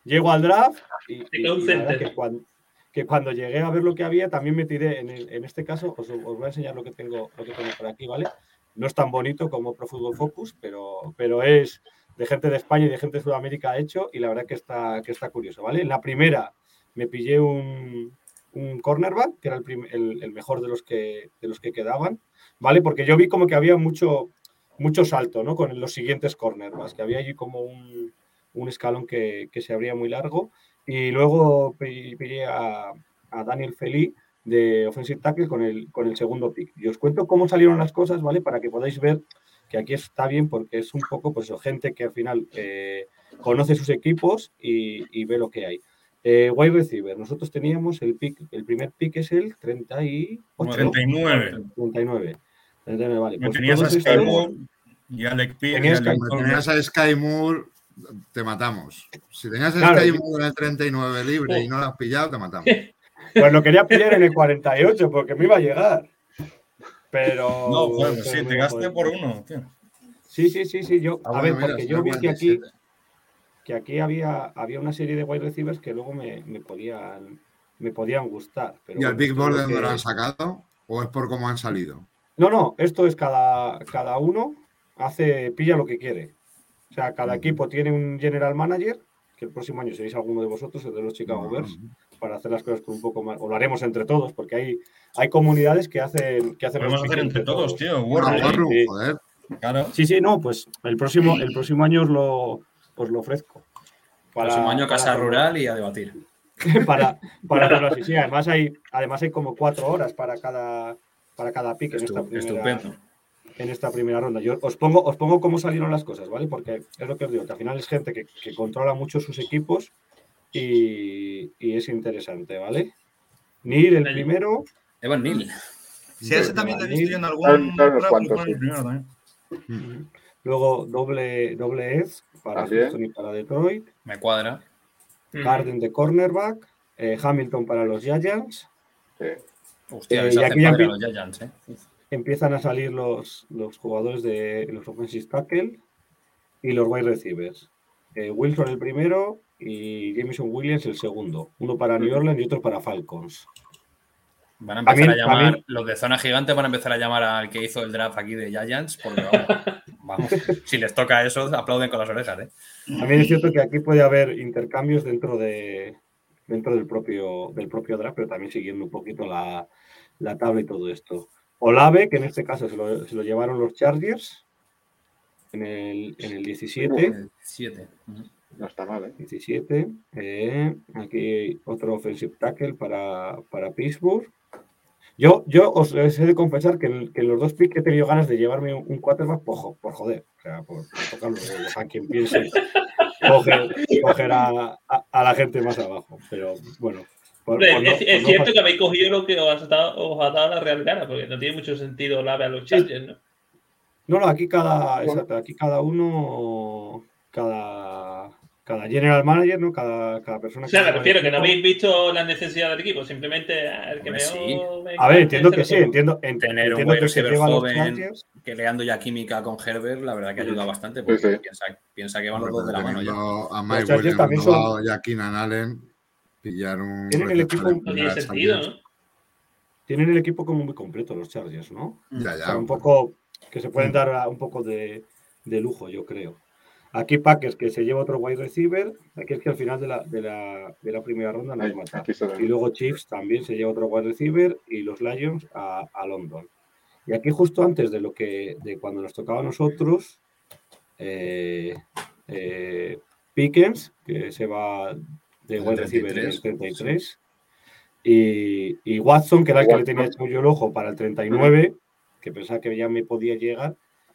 llego al draft y Te queda un la verdad center. que cuando llegué a ver lo que había, también me tiré, en este caso, os voy a enseñar lo que tengo por aquí, ¿vale? No es tan bonito como Pro Football Focus, pero es de gente de España y de gente de Sudamérica hecho, y la verdad que está curioso, ¿vale? En la primera me pillé un cornerback, que era el mejor de los que quedaban, ¿vale? Porque yo vi como que había mucho salto, ¿no? Con los siguientes cornerbacks, que había allí como un escalón que se abría muy largo. Y luego pillé a Daniel Felí de Offensive Tackle con el segundo pick. Y os cuento cómo salieron las cosas, ¿vale? Para que podáis ver que aquí está bien, porque es un poco, pues, gente que al final conoce sus equipos y ve lo que hay. Wide receiver, nosotros teníamos el primer pick es el 38. 39. 39. Vale, Me pues tenías a todos Sky estos. Moore y Alec Pierce. Tenías y Alec Si Pierce. tenías a Sky Moore, te matamos. Si tenías a Claro, Sky Moore en el 39 libre y no lo has pillado, te matamos. Pues lo quería pillar en el 48 porque me iba a llegar. Pero. No, joder, pues sí, pero te no, gaste joder. por uno, tío. Sí. Yo, Ah, a bueno, ver, mira, porque si yo no, vi que 47. aquí había una serie de wide receivers que luego me podían gustar. Pero ¿Y al bueno, Big esto es Board lo de dónde lo que- han sacado? ¿O es por cómo han salido? No, esto es cada uno pilla lo que quiere. O sea, cada equipo tiene un general manager, que el próximo año seréis alguno de vosotros, el de los Chicago Bears, para hacer las cosas con un poco más, o lo haremos entre todos, porque hay comunidades que hacen Podemos los hacer picks entre todos, tío. Una War Sí, War Room. Room, sí. joder. Claro. Sí, no, pues el próximo año os lo ofrezco. Próximo año casa hacerlo- rural y a debatir. para hacerlo así. Sí, además hay como 4 horas para cada pick Estupendo. en esta primera ronda. Yo os pongo cómo salieron las cosas, ¿vale? Porque es lo que os digo, que al final es gente que controla mucho sus equipos y es interesante, ¿vale? Neil, el primero. Evan Neal. Sí, ese también lo he visto yo en algún. Claro, unos draft, cuantos, fue el sí. primero también. Luego doble Ed para También. Houston y para Detroit. Me cuadra. Garden de cornerback. Hamilton para los Giants. Sí. Hostia, Y les hacen aquí ya padre a los Giants, ¿eh? empiezan a salir los jugadores de los offensive tackle y los wide receivers. Wilson el primero y Jameson Williams el segundo. Uno para New Orleans y otro para Falcons. Van a empezar a llamar, también- los de zona gigante van a empezar a llamar al que hizo el draft aquí de Giants, porque vamos, si les toca eso, aplauden con las orejas, ¿eh? También es cierto que aquí puede haber intercambios dentro del propio draft, pero también siguiendo un poquito la tabla y todo esto. Olave, que en este caso se lo llevaron los Chargers en el 17. 7. No está mal, ¿eh? 17. Aquí otro offensive tackle para Pittsburgh. Yo os he de confesar que en los dos picks he tenido ganas de llevarme un quarterback por joder. O sea, por tocar los huevos a quien piense coger a la gente más abajo. Pero bueno. Es cierto que habéis cogido lo que os ha dado la real gana, porque no tiene mucho sentido Olave a los Chargers, ¿no? No, aquí cada uno, cada general manager, ¿no? Cada persona. O sea, me refiero que no habéis visto las necesidades del equipo, simplemente el que Hombre, sí. A ver, entiendo que sí, entiendo Tener un que wide el que receiver lleva los joven Chargers. creando ya química con Herbert, la verdad que ayuda bastante, porque piensa que van los dos de la mano ya. A Los Mike Chargers Williams también renovado y a Keenan Allen pillar un. Tienen el equipo. No tiene sentido, ¿no? Tienen el equipo como muy completo los Chargers, ¿no? Ya, O sea, un poco que se pueden dar un poco de lujo, yo creo. Aquí Packers, que se lleva otro wide receiver. Aquí es que al final de la primera ronda nos mata. Y luego Chiefs también se lleva otro wide receiver y los Lions a London. Y aquí justo antes de cuando nos tocaba a nosotros, Pickens, que se va de wide receiver en el 33. Y Watson, que era el que le tenía hecho yo el ojo para el 39, que pensaba que ya me podía llegar,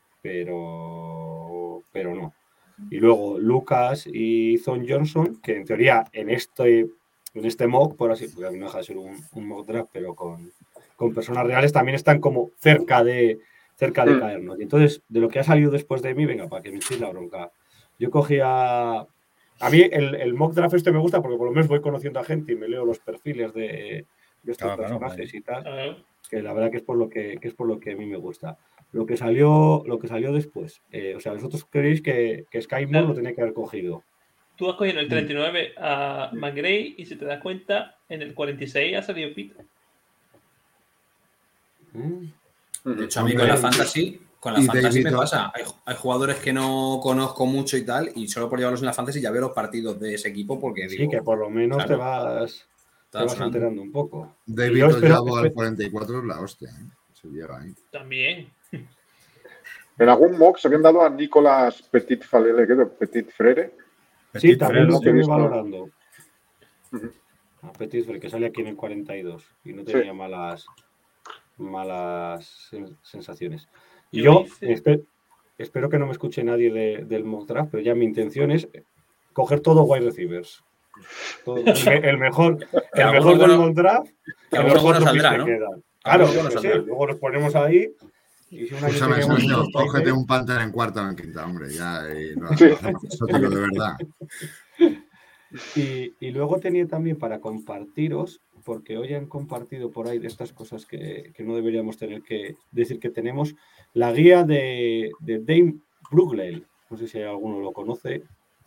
pero no. Y luego Lucas y Zon Johnson, que en teoría en este mock, por así, porque a mí no deja de ser un mock draft, pero con personas reales también están como cerca de caernos. Y entonces, de lo que ha salido después de mí, venga, para que me echéis la bronca. Yo cogí a mí el mock draft este me gusta porque por lo menos voy conociendo a gente y me leo los perfiles de estos personajes y tal. Que la verdad que es por lo que a mí me gusta. Lo que salió después. O sea, vosotros creéis que Sky Moore lo tenía que haber cogido. tú has cogido en el 39 a McGray y si te das cuenta, en el 46 ha salido Peter. De hecho, a mí con la fantasy me pasa. Hay jugadores que no conozco mucho y tal, y solo por llevarlos en la fantasy ya veo los partidos de ese equipo porque Sí, digo, que por lo menos claro, te vas enterando un poco. David Ojabo al 44 es la hostia, ¿eh? Se llega ahí. También. En algún mock se habían dado a Nicolas Petit Frere. Sí, también lo que estoy he visto. valorando. A Petit Frere, que sale aquí en el 42 y no tenía malas sensaciones. Y yo espero que no me escuche nadie del mock draft, pero ya mi intención es coger todo wide receivers. El mejor del mock draft, que algunos buenos saldrá, ¿no? Quedan. Claro, luego los ponemos ahí. Y si Escúchame, Sergio, cógete un Panther en cuarta o en quinta, hombre, ya, y no hacemos eso, tío, de verdad. Y luego tenía también para compartiros, porque hoy han compartido por ahí de estas cosas que no deberíamos tener que decir que tenemos, la guía de Dave Brugler. No sé si alguno lo conoce.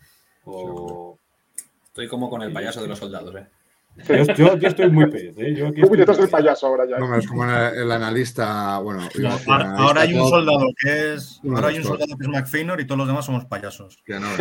Estoy como con el payaso de los soldados, ¿eh? Yo aquí estoy muy pez, ¿eh? Yo aquí Tú detrás del payaso ahora ya. No, es como el analista, bueno. Ahora hay un soldado que es McFeynor y todos los demás somos payasos. Que no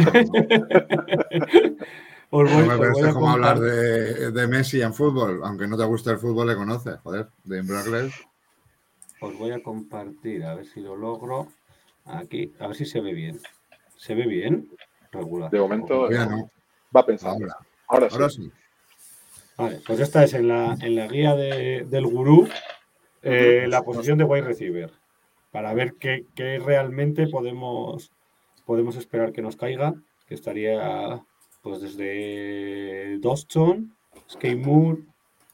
me parece como hablar de Messi en fútbol, aunque no te guste el fútbol, le conoces, joder, de Brugler. Os voy a compartir, a ver si lo logro. Aquí, a ver si se ve bien. ¿Se ve bien? Regular. De momento no. Va pensando. Ahora sí. Vale, pues esta es en la guía del gurú, la posición de wide receiver, para ver qué realmente podemos esperar que nos caiga, que estaría pues desde Dodson, Sky Moore,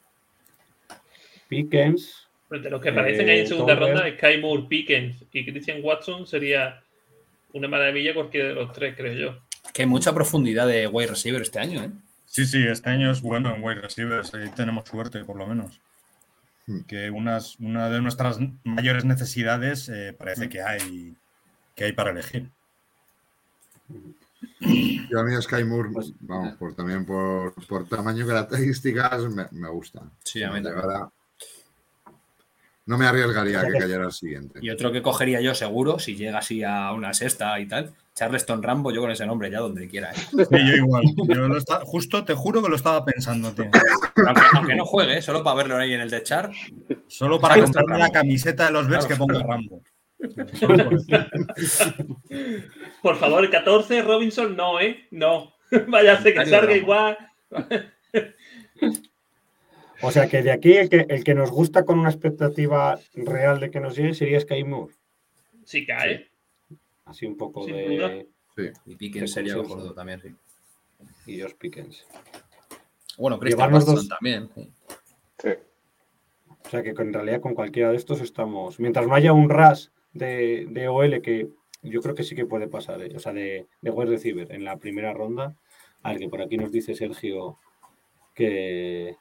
Pickens. Pero de los que aparecen ahí en segunda ronda, Sky Moore, Pickens y Christian Watson sería una maravilla cualquiera de los tres, creo yo. Que hay mucha profundidad de wide receiver este año, ¿eh? Sí, este año es bueno en wide receivers, ahí tenemos suerte por lo menos. Que una de nuestras mayores necesidades parece que hay para elegir. Yo a mí Sky Moore, vamos, también por tamaño y características me gusta. Sí, a mí también. No me arriesgaría a que cayera el siguiente. Y otro que cogería yo seguro, si llega así a una sexta y tal, Charleston Rambo, yo con ese nombre ya donde quiera. Sí, yo igual. Justo te juro que lo estaba pensando, tío. Aunque no juegue, solo para verlo ahí en el de Char. Solo para comprarme la camiseta de los Bears que ponga Rambo. Por favor, 14, Robinson, no, ¿eh? No. Váyase que salga igual. O sea que de aquí el que nos gusta con una expectativa real de que nos llegue sería Sky Moore. Sí, cae. Sí. Así un poco Sin de... duda. Sí. Y Pickens sería gordo también, sí. Y Josh Pickens. Bueno, Christian Watson también. Sí. O sea que en realidad con cualquiera de estos estamos... Mientras no haya un rush de OL, que yo creo que sí que puede pasar, o sea, de wide receiver en la primera ronda. A ver, que por aquí nos dice Sergio que...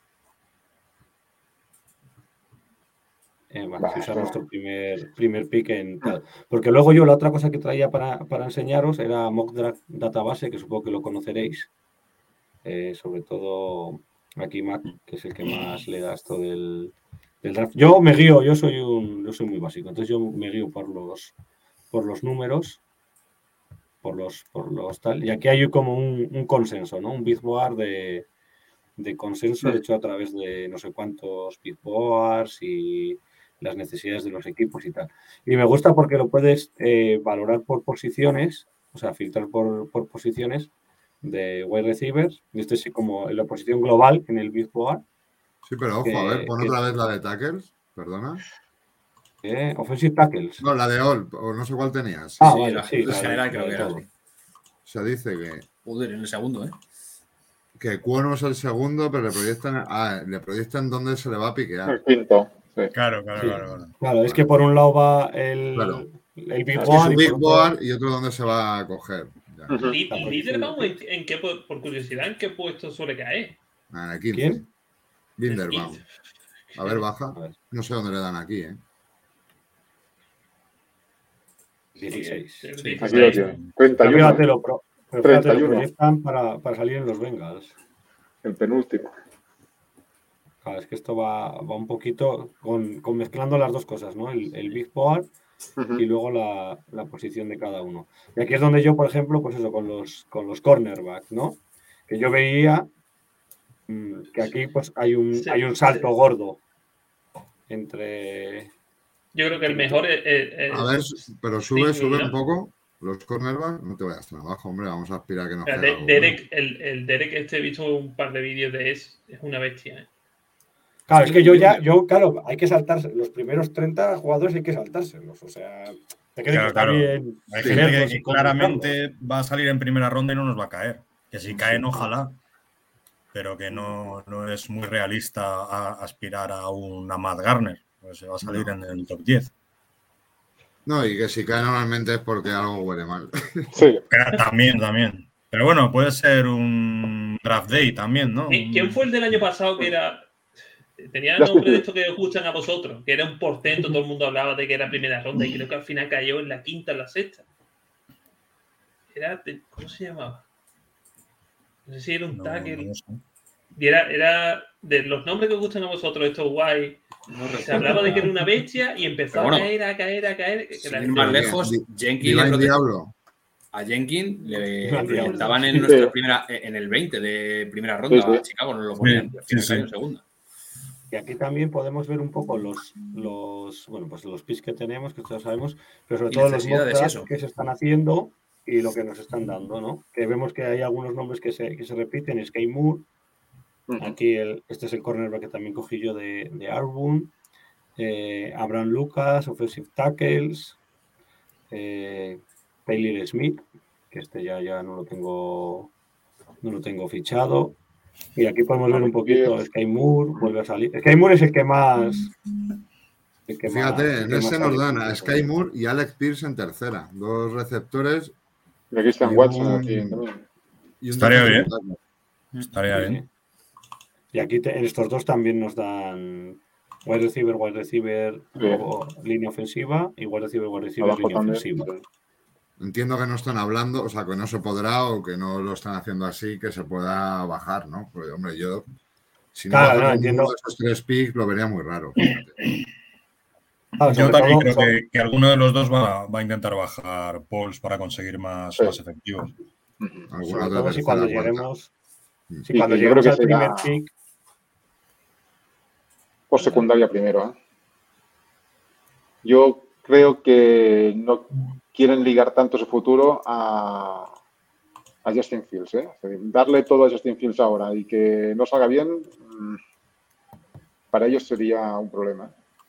si usar nuestro primer pick en tal. Porque luego yo la otra cosa que traía para enseñaros era Mock Draft Database, que supongo que lo conoceréis. Sobre todo aquí Mac, que es el que más le da esto del draft. Yo me guío, yo soy muy básico, entonces yo me guío por los números, por los tal. Y aquí hay como un consenso, ¿no? Un bigboard de consenso hecho a través de no sé cuántos bigboards y las necesidades de los equipos y tal. Y me gusta porque lo puedes valorar por posiciones, o sea, filtrar por posiciones de wide receivers. Y esto es como en la posición global en el Big Board. Sí, pero ojo, a ver, pon otra vez la de tackles, perdona. Offensive tackles. No, la de all, o no sé cuál tenías. Ah, vale, sí. La general creo que era. Sí. O sea, dice que... Joder, en el segundo, ¿eh? Que Cuono es el segundo, pero le proyectan dónde se le va a piquear. El quinto. Sí. Claro. Claro, es que por un lado va el Big Board. Es Big Board y otro dónde se va a coger. Linderbaum, por curiosidad, ¿en qué puesto suele caer? 15. ¿Quién? Linderbaum. A ver, baja. No sé dónde le dan aquí, ¿eh? 16. Aquí lo tienen. 31. Pero fíjate, lo 31. proyectan para salir en los Bengals. El penúltimo. Claro, es que esto va un poquito con mezclando las dos cosas, ¿no? El Big Board y luego la posición de cada uno. Y aquí es donde yo, por ejemplo, pues eso, con los cornerbacks, ¿no? Que yo veía que aquí pues hay un salto gordo entre... Yo creo que el mejor es A ver, pero sube Stingley, un ¿no? poco los cornerbacks. No te vayas tan abajo, hombre. Vamos a aspirar a que nos Mira, quede algo Derek, el Derek he visto un par de vídeos de es una bestia, ¿eh? Claro, es que claro, hay que saltarse. Los primeros 30 jugadores hay que saltárselos. O sea, hay que está bien. Hay gente que claramente va a salir en primera ronda y no nos va a caer. Que si caen, ojalá. Pero que no es muy realista aspirar a una Matt Garner. Pues se va a salir en el top 10. No, y que si cae normalmente es porque algo huele mal. Sí. También. Pero bueno, puede ser un draft day también, ¿no? ¿Quién fue el del año pasado que era... Tenía el nombre de esto que os gustan a vosotros, que era un portento, todo el mundo hablaba de que era primera ronda y creo que al final cayó en la quinta, en la sexta. ¿Cómo se llamaba? No sé si era un tackle. No sé. Y era de los nombres que os gustan a vosotros, estos guay. Se hablaba de que era una bestia y empezó a caer. Sin ir más lejos, Jenkins a Jenkins le estaban en nuestra en el 20 de primera ronda a Chicago, nos lo ponían en segunda. Y aquí también podemos ver un poco los picks que tenemos, que todos sabemos, pero sobre todo los mock que se están haciendo y lo que nos están dando, ¿no? Que vemos que hay algunos nombres que se repiten, Sky Moore, aquí este es el cornerback que también cogí yo de Auburn, Abraham Lucas, Offensive Tackles, Taylor Smith, que este ya no lo tengo fichado. Y aquí podemos ver un poquito Sky Moore, vuelve a salir. Sky Moore es el que más... Fíjate, en ese nos dan a Sky Moore y Alex Pierce en tercera. Dos receptores. Y aquí está Watson aquí también. Estaría bien. Estaría bien. Y aquí en estos dos también nos dan wide receiver, luego línea ofensiva y wide receiver, línea ofensiva. Entiendo que no están hablando, o sea, que no se podrá o que no lo están haciendo así, que se pueda bajar, ¿no? Porque, hombre, yo, si no bajan uno de esos 3 picks, lo vería muy raro. Yo también creo que alguno de los dos va a intentar bajar polls para conseguir más efectivos. Sobre todo si cuando lleguemos al primer pick. Por secundaria primero, ¿eh? Yo creo que no quieren ligar tanto su futuro a Justin Fields, ¿eh? Darle todo a Justin Fields ahora y que no salga bien, para ellos sería un problema.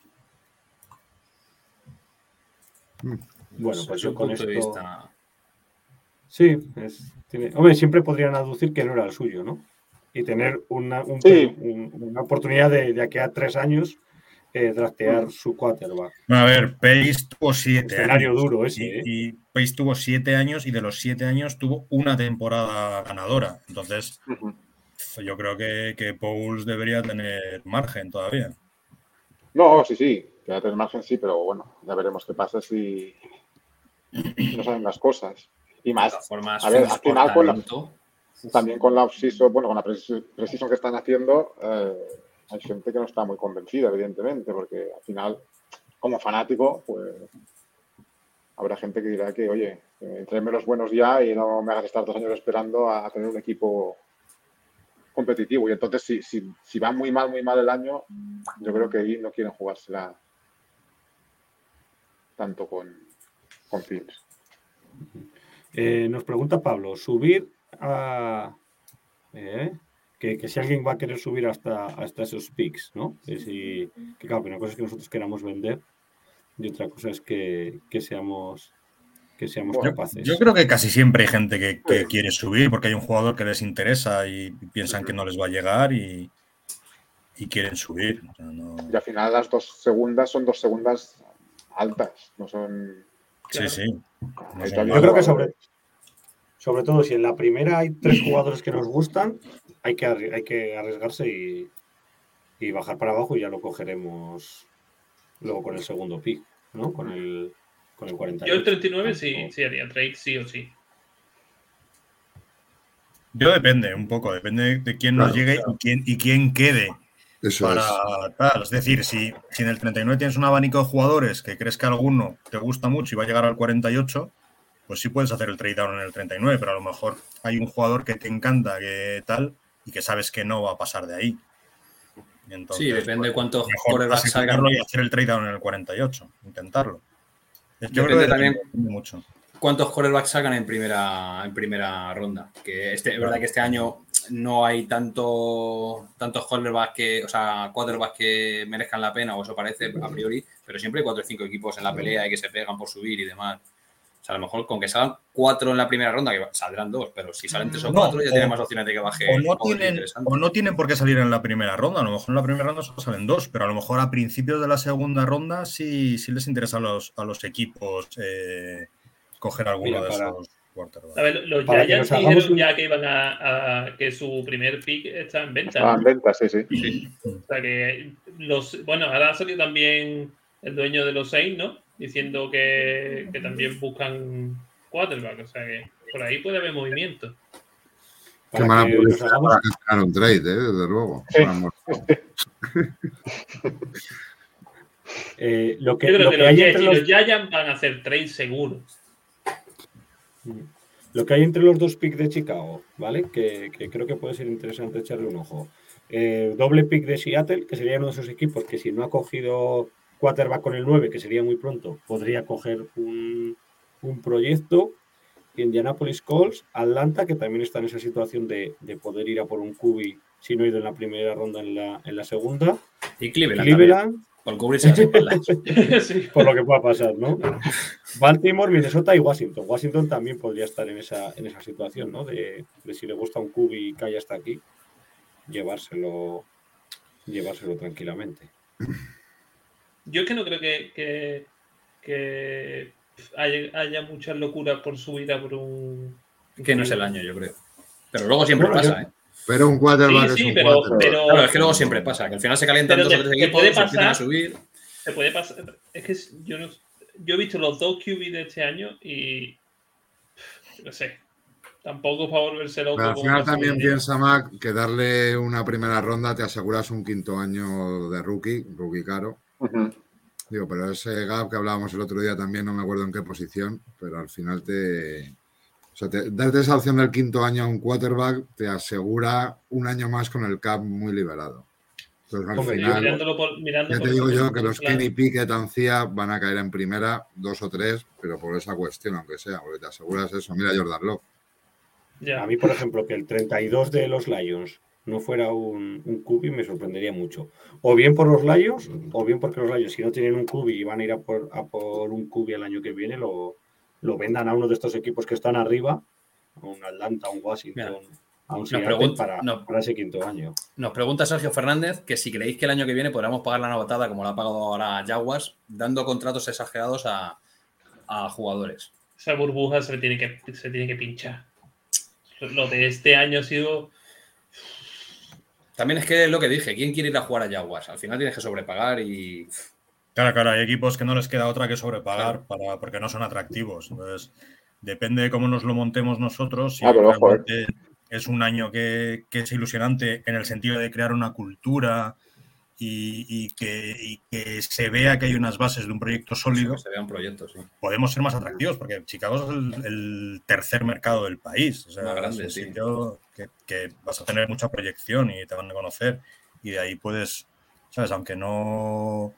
Bueno, pues yo con esto... Sí, hombre, siempre podrían aducir que no era el suyo, ¿no? Y tener una oportunidad de aquí a 3 años draftear su quarterback. A ver, Pace tuvo 7 escenario años. Duro ese, y Pace tuvo 7 años y de los 7 años tuvo una temporada ganadora. Entonces, yo creo que Pauls debería tener margen todavía. No, sí, que va a tener margen, sí, pero bueno, ya veremos qué pasa si no saben las cosas. Y más, a ver, al final también con la off-season, bueno, con la pre-season que están haciendo, hay gente que no está muy convencida, evidentemente, porque al final, como fanático, pues habrá gente que dirá que, oye, tráeme los buenos ya y no me hagas estar 2 años esperando a tener un equipo competitivo. Y entonces, si va muy mal el año, yo creo que ahí no quieren jugársela tanto con Fields. Nos pregunta Pablo, subir a... Que si alguien va a querer subir hasta esos picks, ¿no? Que claro, que una cosa es que nosotros queramos vender y otra cosa es que seamos capaces. Yo creo que casi siempre hay gente que quiere subir porque hay un jugador que les interesa y piensan que no les va a llegar y quieren subir. O sea, no... Y al final las 2 segundas son 2 segundas altas, no son... Sí, sí. No yo creo que sobre todo si en la primera hay 3 jugadores que nos gustan, hay que arriesgarse y bajar para abajo y ya lo cogeremos luego con el segundo pick, ¿no? Con el 48. Yo el 39 sí haría trade, sí o sí. Yo depende un poco, depende de quién nos llegue y quién quede. Eso tal. Es decir, si en el 39 tienes un abanico de jugadores que crees que alguno te gusta mucho y va a llegar al 48, pues sí puedes hacer el trade down en el 39, pero a lo mejor hay un jugador que te encanta, que tal, y que sabes que no va a pasar de ahí. Entonces, sí, depende de cuántos quarterbacks salgan y hacer el trade down en el 48, intentarlo. Yo creo que también mucho cuántos quarterbacks salgan en primera ronda. Que es verdad que este año no hay tantos quarterbacks que merezcan la pena, o eso parece a priori, pero siempre hay 4 o 5 equipos en la pelea y que se pegan por subir y demás. O sea, a lo mejor con que salgan 4 en la primera ronda, que saldrán 2, pero si salen 3 o 4 ya tienen más opciones de que baje. O no tienen por qué salir en la primera ronda. A lo mejor en la primera ronda solo salen 2, pero a lo mejor a principios de la segunda ronda sí les interesa a los equipos coger alguno de esos quarterbacks. A ver, los Giants dijeron ya que iban que su primer pick está en venta. Está en venta, sí. O sea que ahora ha salido también el dueño de los Saints, ¿no? Diciendo que también buscan quarterback. O sea que por ahí puede haber movimiento. Qué mala publicidad para ganar un trade, desde luego. Yo creo que los Giants van a hacer trade seguro. Lo que hay entre los 2 picks de Chicago, ¿vale? Que creo que puede ser interesante echarle un ojo. Doble pick de Seattle, que sería uno de esos equipos que si no ha cogido quarterback con el 9, que sería muy pronto, podría coger un proyecto. Indianapolis Colts, Atlanta, que también está en esa situación de poder ir a por un QB si no ha ido en la primera ronda, en la segunda. Y Cleveland por cubrirse las espaldas. Sí. Por lo que pueda pasar, ¿no? Baltimore, Minnesota y Washington. Washington también podría estar en esa situación, ¿no? De si le gusta un QB que haya hasta aquí, llevárselo tranquilamente. Yo es que no creo que haya muchas locuras por subir a por un... Que no es el año, yo creo. Pero luego siempre pasa, ¿eh? Pero un quarterback sí, es un quarterback. Pero claro, es que luego siempre pasa, que al final se calientan 2 o 3 equipos, se empiezan a subir. Se puede pasar. Es que yo he visto los 2 QB de este año y no sé. Tampoco para volverse loco. Pero al final también piensa, Mac, que darle una primera ronda te aseguras un 5º año de rookie caro. Digo, pero ese gap que hablábamos el otro día también, no me acuerdo en qué posición, pero al final darte esa opción del 5º año a un quarterback te asegura un año más con el cap muy liberado. Entonces, al final, ya te digo yo que los Kenny Pickett, Ancia van a caer en primera, 2 o 3, pero por esa cuestión, aunque sea, porque te aseguras eso. Mira Jordan Love. A mí, por ejemplo, que el 32 de los Lions no fuera un QB me sorprendería mucho. O bien por los Lions, o bien porque los Lions, si no tienen un QB y van a ir a por un QB el año que viene, lo vendan a uno de estos equipos que están arriba, a un Atlanta, a un Washington, a un Seattle para ese 5º año. Nos pregunta Sergio Fernández que si creéis que el año que viene podremos pagar la novatada como la ha pagado ahora Jaguars, dando contratos exagerados a jugadores. Esa burbuja se tiene que pinchar. Lo de este año ha sido... También es que es lo que dije, ¿quién quiere ir a jugar a Jaguars? Al final tienes que sobrepagar y... Claro, hay equipos que no les queda otra que sobrepagar porque no son atractivos. Entonces, depende de cómo nos lo montemos nosotros. Si realmente es un año que es ilusionante en el sentido de crear una cultura y que se vea que hay unas bases de un proyecto sólido, se vea un proyecto, sí. Podemos ser más atractivos porque Chicago es el tercer mercado del país. O sea, más grande, es un sitio que vas a tener mucha proyección y te van a conocer y de ahí puedes, ¿sabes? Aunque no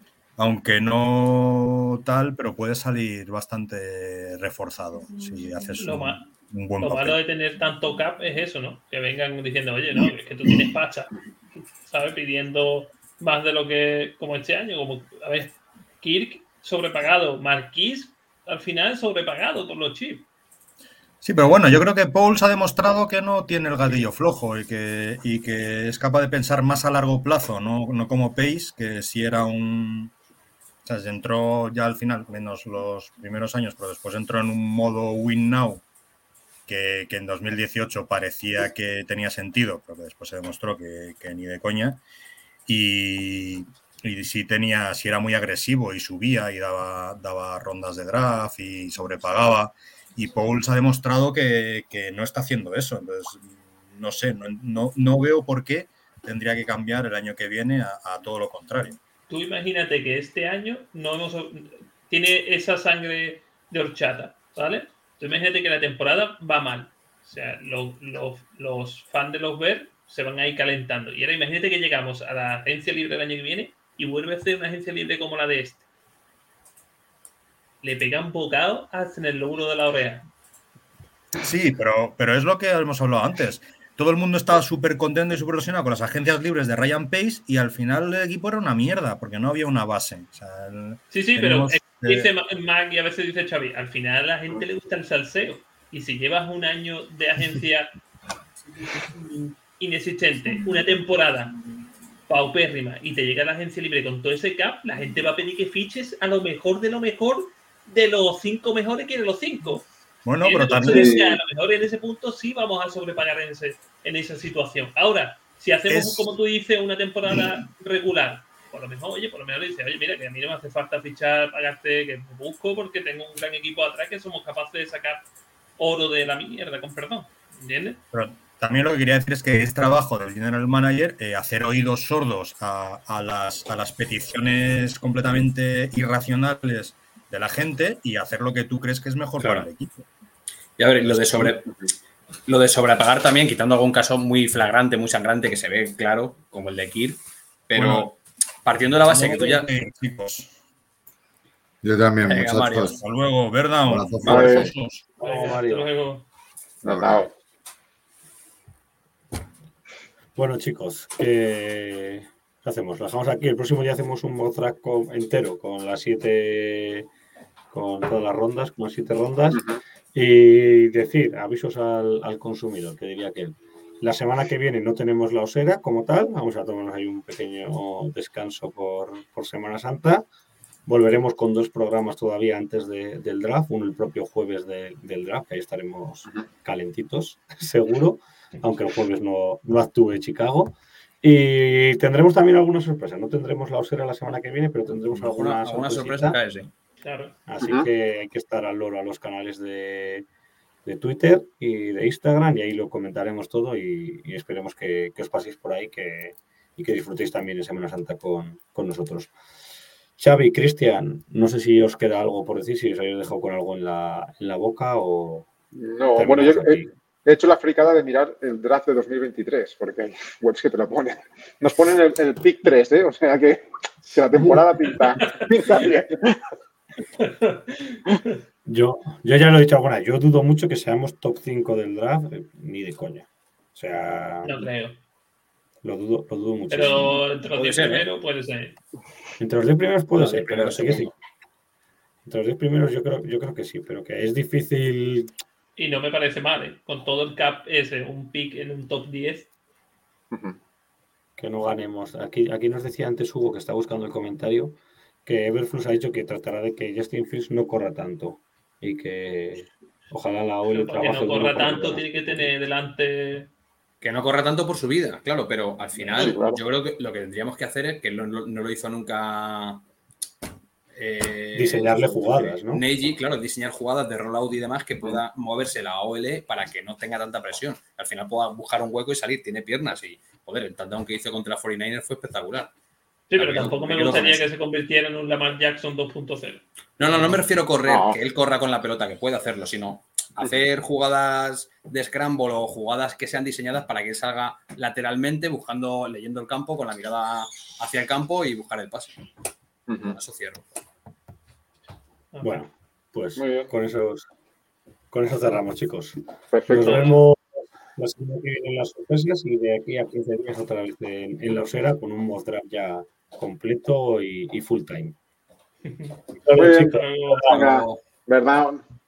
tal, pero puede salir bastante reforzado si haces un buen papel. Lo malo de tener tanto cap es eso, ¿no? Que vengan diciendo, oye, no, es que tú tienes pacha, ¿sabes? Pidiendo más de lo que, como este año, como, a ver, Kirk sobrepagado, Marquise al final sobrepagado por los chips. Sí, pero bueno, yo creo que Pauls ha demostrado que no tiene el gatillo flojo y que es capaz de pensar más a largo plazo, no como Pace, que sí era un... O sea, se entró ya al final, menos los primeros años, pero después entró en un modo win now que en 2018 parecía que tenía sentido, pero que después se demostró que ni de coña. Y si era muy agresivo y subía y daba rondas de draft y sobrepagaba Y Pauls ha demostrado que no está haciendo eso. Entonces, no sé, no veo por qué tendría que cambiar el año que viene a todo lo contrario. Tú imagínate que este año tiene esa sangre de horchata, ¿vale? Tú imagínate que la temporada va mal. O sea, los fans de los Bears se van a ir calentando. Y ahora imagínate que llegamos a la agencia libre el año que viene y vuelve a ser una agencia libre como la de este. Le pegan bocado hasta el lóbulo de la oreja. Sí, pero es lo que hemos hablado antes. Todo el mundo estaba súper contento y súper ilusionado con las agencias libres de Ryan Pace y al final el equipo era una mierda porque no había una base. O sea, sí, pero dice Mac y a veces dice Xavi, al final a la gente le gusta el salseo. Y si llevas un año de agencia inexistente, una temporada paupérrima y te llega la agencia libre con todo ese cap, la gente va a pedir que fiches a lo mejor de los 5 mejores que de los 5. Bueno, pero también a lo mejor en ese punto sí vamos a sobrepagar en esa situación. Ahora, si hacemos, como tú dices, una temporada regular, por lo menos dices, oye, mira, que a mí no me hace falta fichar, pagarte, que busco porque tengo un gran equipo atrás que somos capaces de sacar oro de la mierda, con perdón, ¿entiendes? Pero también lo que quería decir es que es trabajo del general manager hacer oídos sordos a las peticiones completamente irracionales de la gente y hacer lo que tú crees que es mejor para el equipo. Y a ver, lo de sobrepagar también, quitando algún caso muy flagrante, muy sangrante, que se ve claro, como el de Kir, pero partiendo de la base que tú ya... Chicos. Yo también, muchachos. Mario. Hasta luego, ¿verdad? Mario. Bueno, chicos, ¿qué hacemos? ¿Lo dejamos aquí? El próximo día hacemos un mock draft entero con las 7, con todas las rondas, con las 7 rondas. Y decir, avisos al consumidor, que diría que la semana que viene no tenemos la osera como tal, vamos a tomarnos ahí un pequeño descanso por Semana Santa. Volveremos con 2 programas todavía antes del draft, uno el propio jueves del draft, que ahí estaremos calentitos, seguro, aunque el jueves no actúe Chicago. Y tendremos también alguna sorpresa. No tendremos la osera la semana que viene, pero tendremos alguna sorpresa cae, sí. Claro. Así que hay que estar al loro a los canales de Twitter y de Instagram y ahí lo comentaremos todo y esperemos que os paséis por ahí y que disfrutéis también en Semana Santa con nosotros. Xavi, Cristian, no sé si os queda algo por decir, si os habéis dejado con algo en la boca o... No, bueno, yo he hecho la fricada de mirar el draft de 2023 porque hay webs que te lo ponen. Nos ponen el pick 3, o sea que la temporada pinta bien. Yo ya lo he dicho alguna vez, yo dudo mucho que seamos top 5 del draft, ni de coña. O sea... No creo. Lo dudo mucho. Pero entre los 10 primeros puede ser. Entre los 10 primeros puede ser, pero sé que sí. Entre los 10 primeros yo creo que sí, pero que es difícil... Y no me parece mal, con todo el cap ese, un pick en un top 10. Que no ganemos. Aquí nos decía antes Hugo, que está buscando el comentario, que Everflux ha dicho que tratará de que Justin Fields no corra tanto y que ojalá la OL trabaje. Que no corra tanto, tiene que tener delante... Que no corra tanto por su vida, claro, pero al final sí, claro. Yo creo que lo que tendríamos que hacer es, que no lo hizo nunca... diseñarle jugadas, ¿no? Neji, claro, diseñar jugadas de rollout y demás que pueda moverse la OL para que no tenga tanta presión. Al final pueda buscar un hueco y salir, tiene piernas y, joder, el touchdown que hizo contra 49ers fue espectacular. Sí, pero tampoco me gustaría que se convirtiera en un Lamar Jackson 2.0. No me refiero a correr, que él corra con la pelota, que puede hacerlo, sino hacer jugadas de scramble o jugadas que sean diseñadas para que él salga lateralmente, leyendo el campo, con la mirada hacia el campo y buscar el pase. Eso cierro. Bueno, pues con eso cerramos, chicos. Perfecto. Nos vemos la semana que viene en las sorpresas y de aquí a 15 días otra vez en la osera con un mock draft ya completo y full time. Muy bien. Venga, ¿verdad?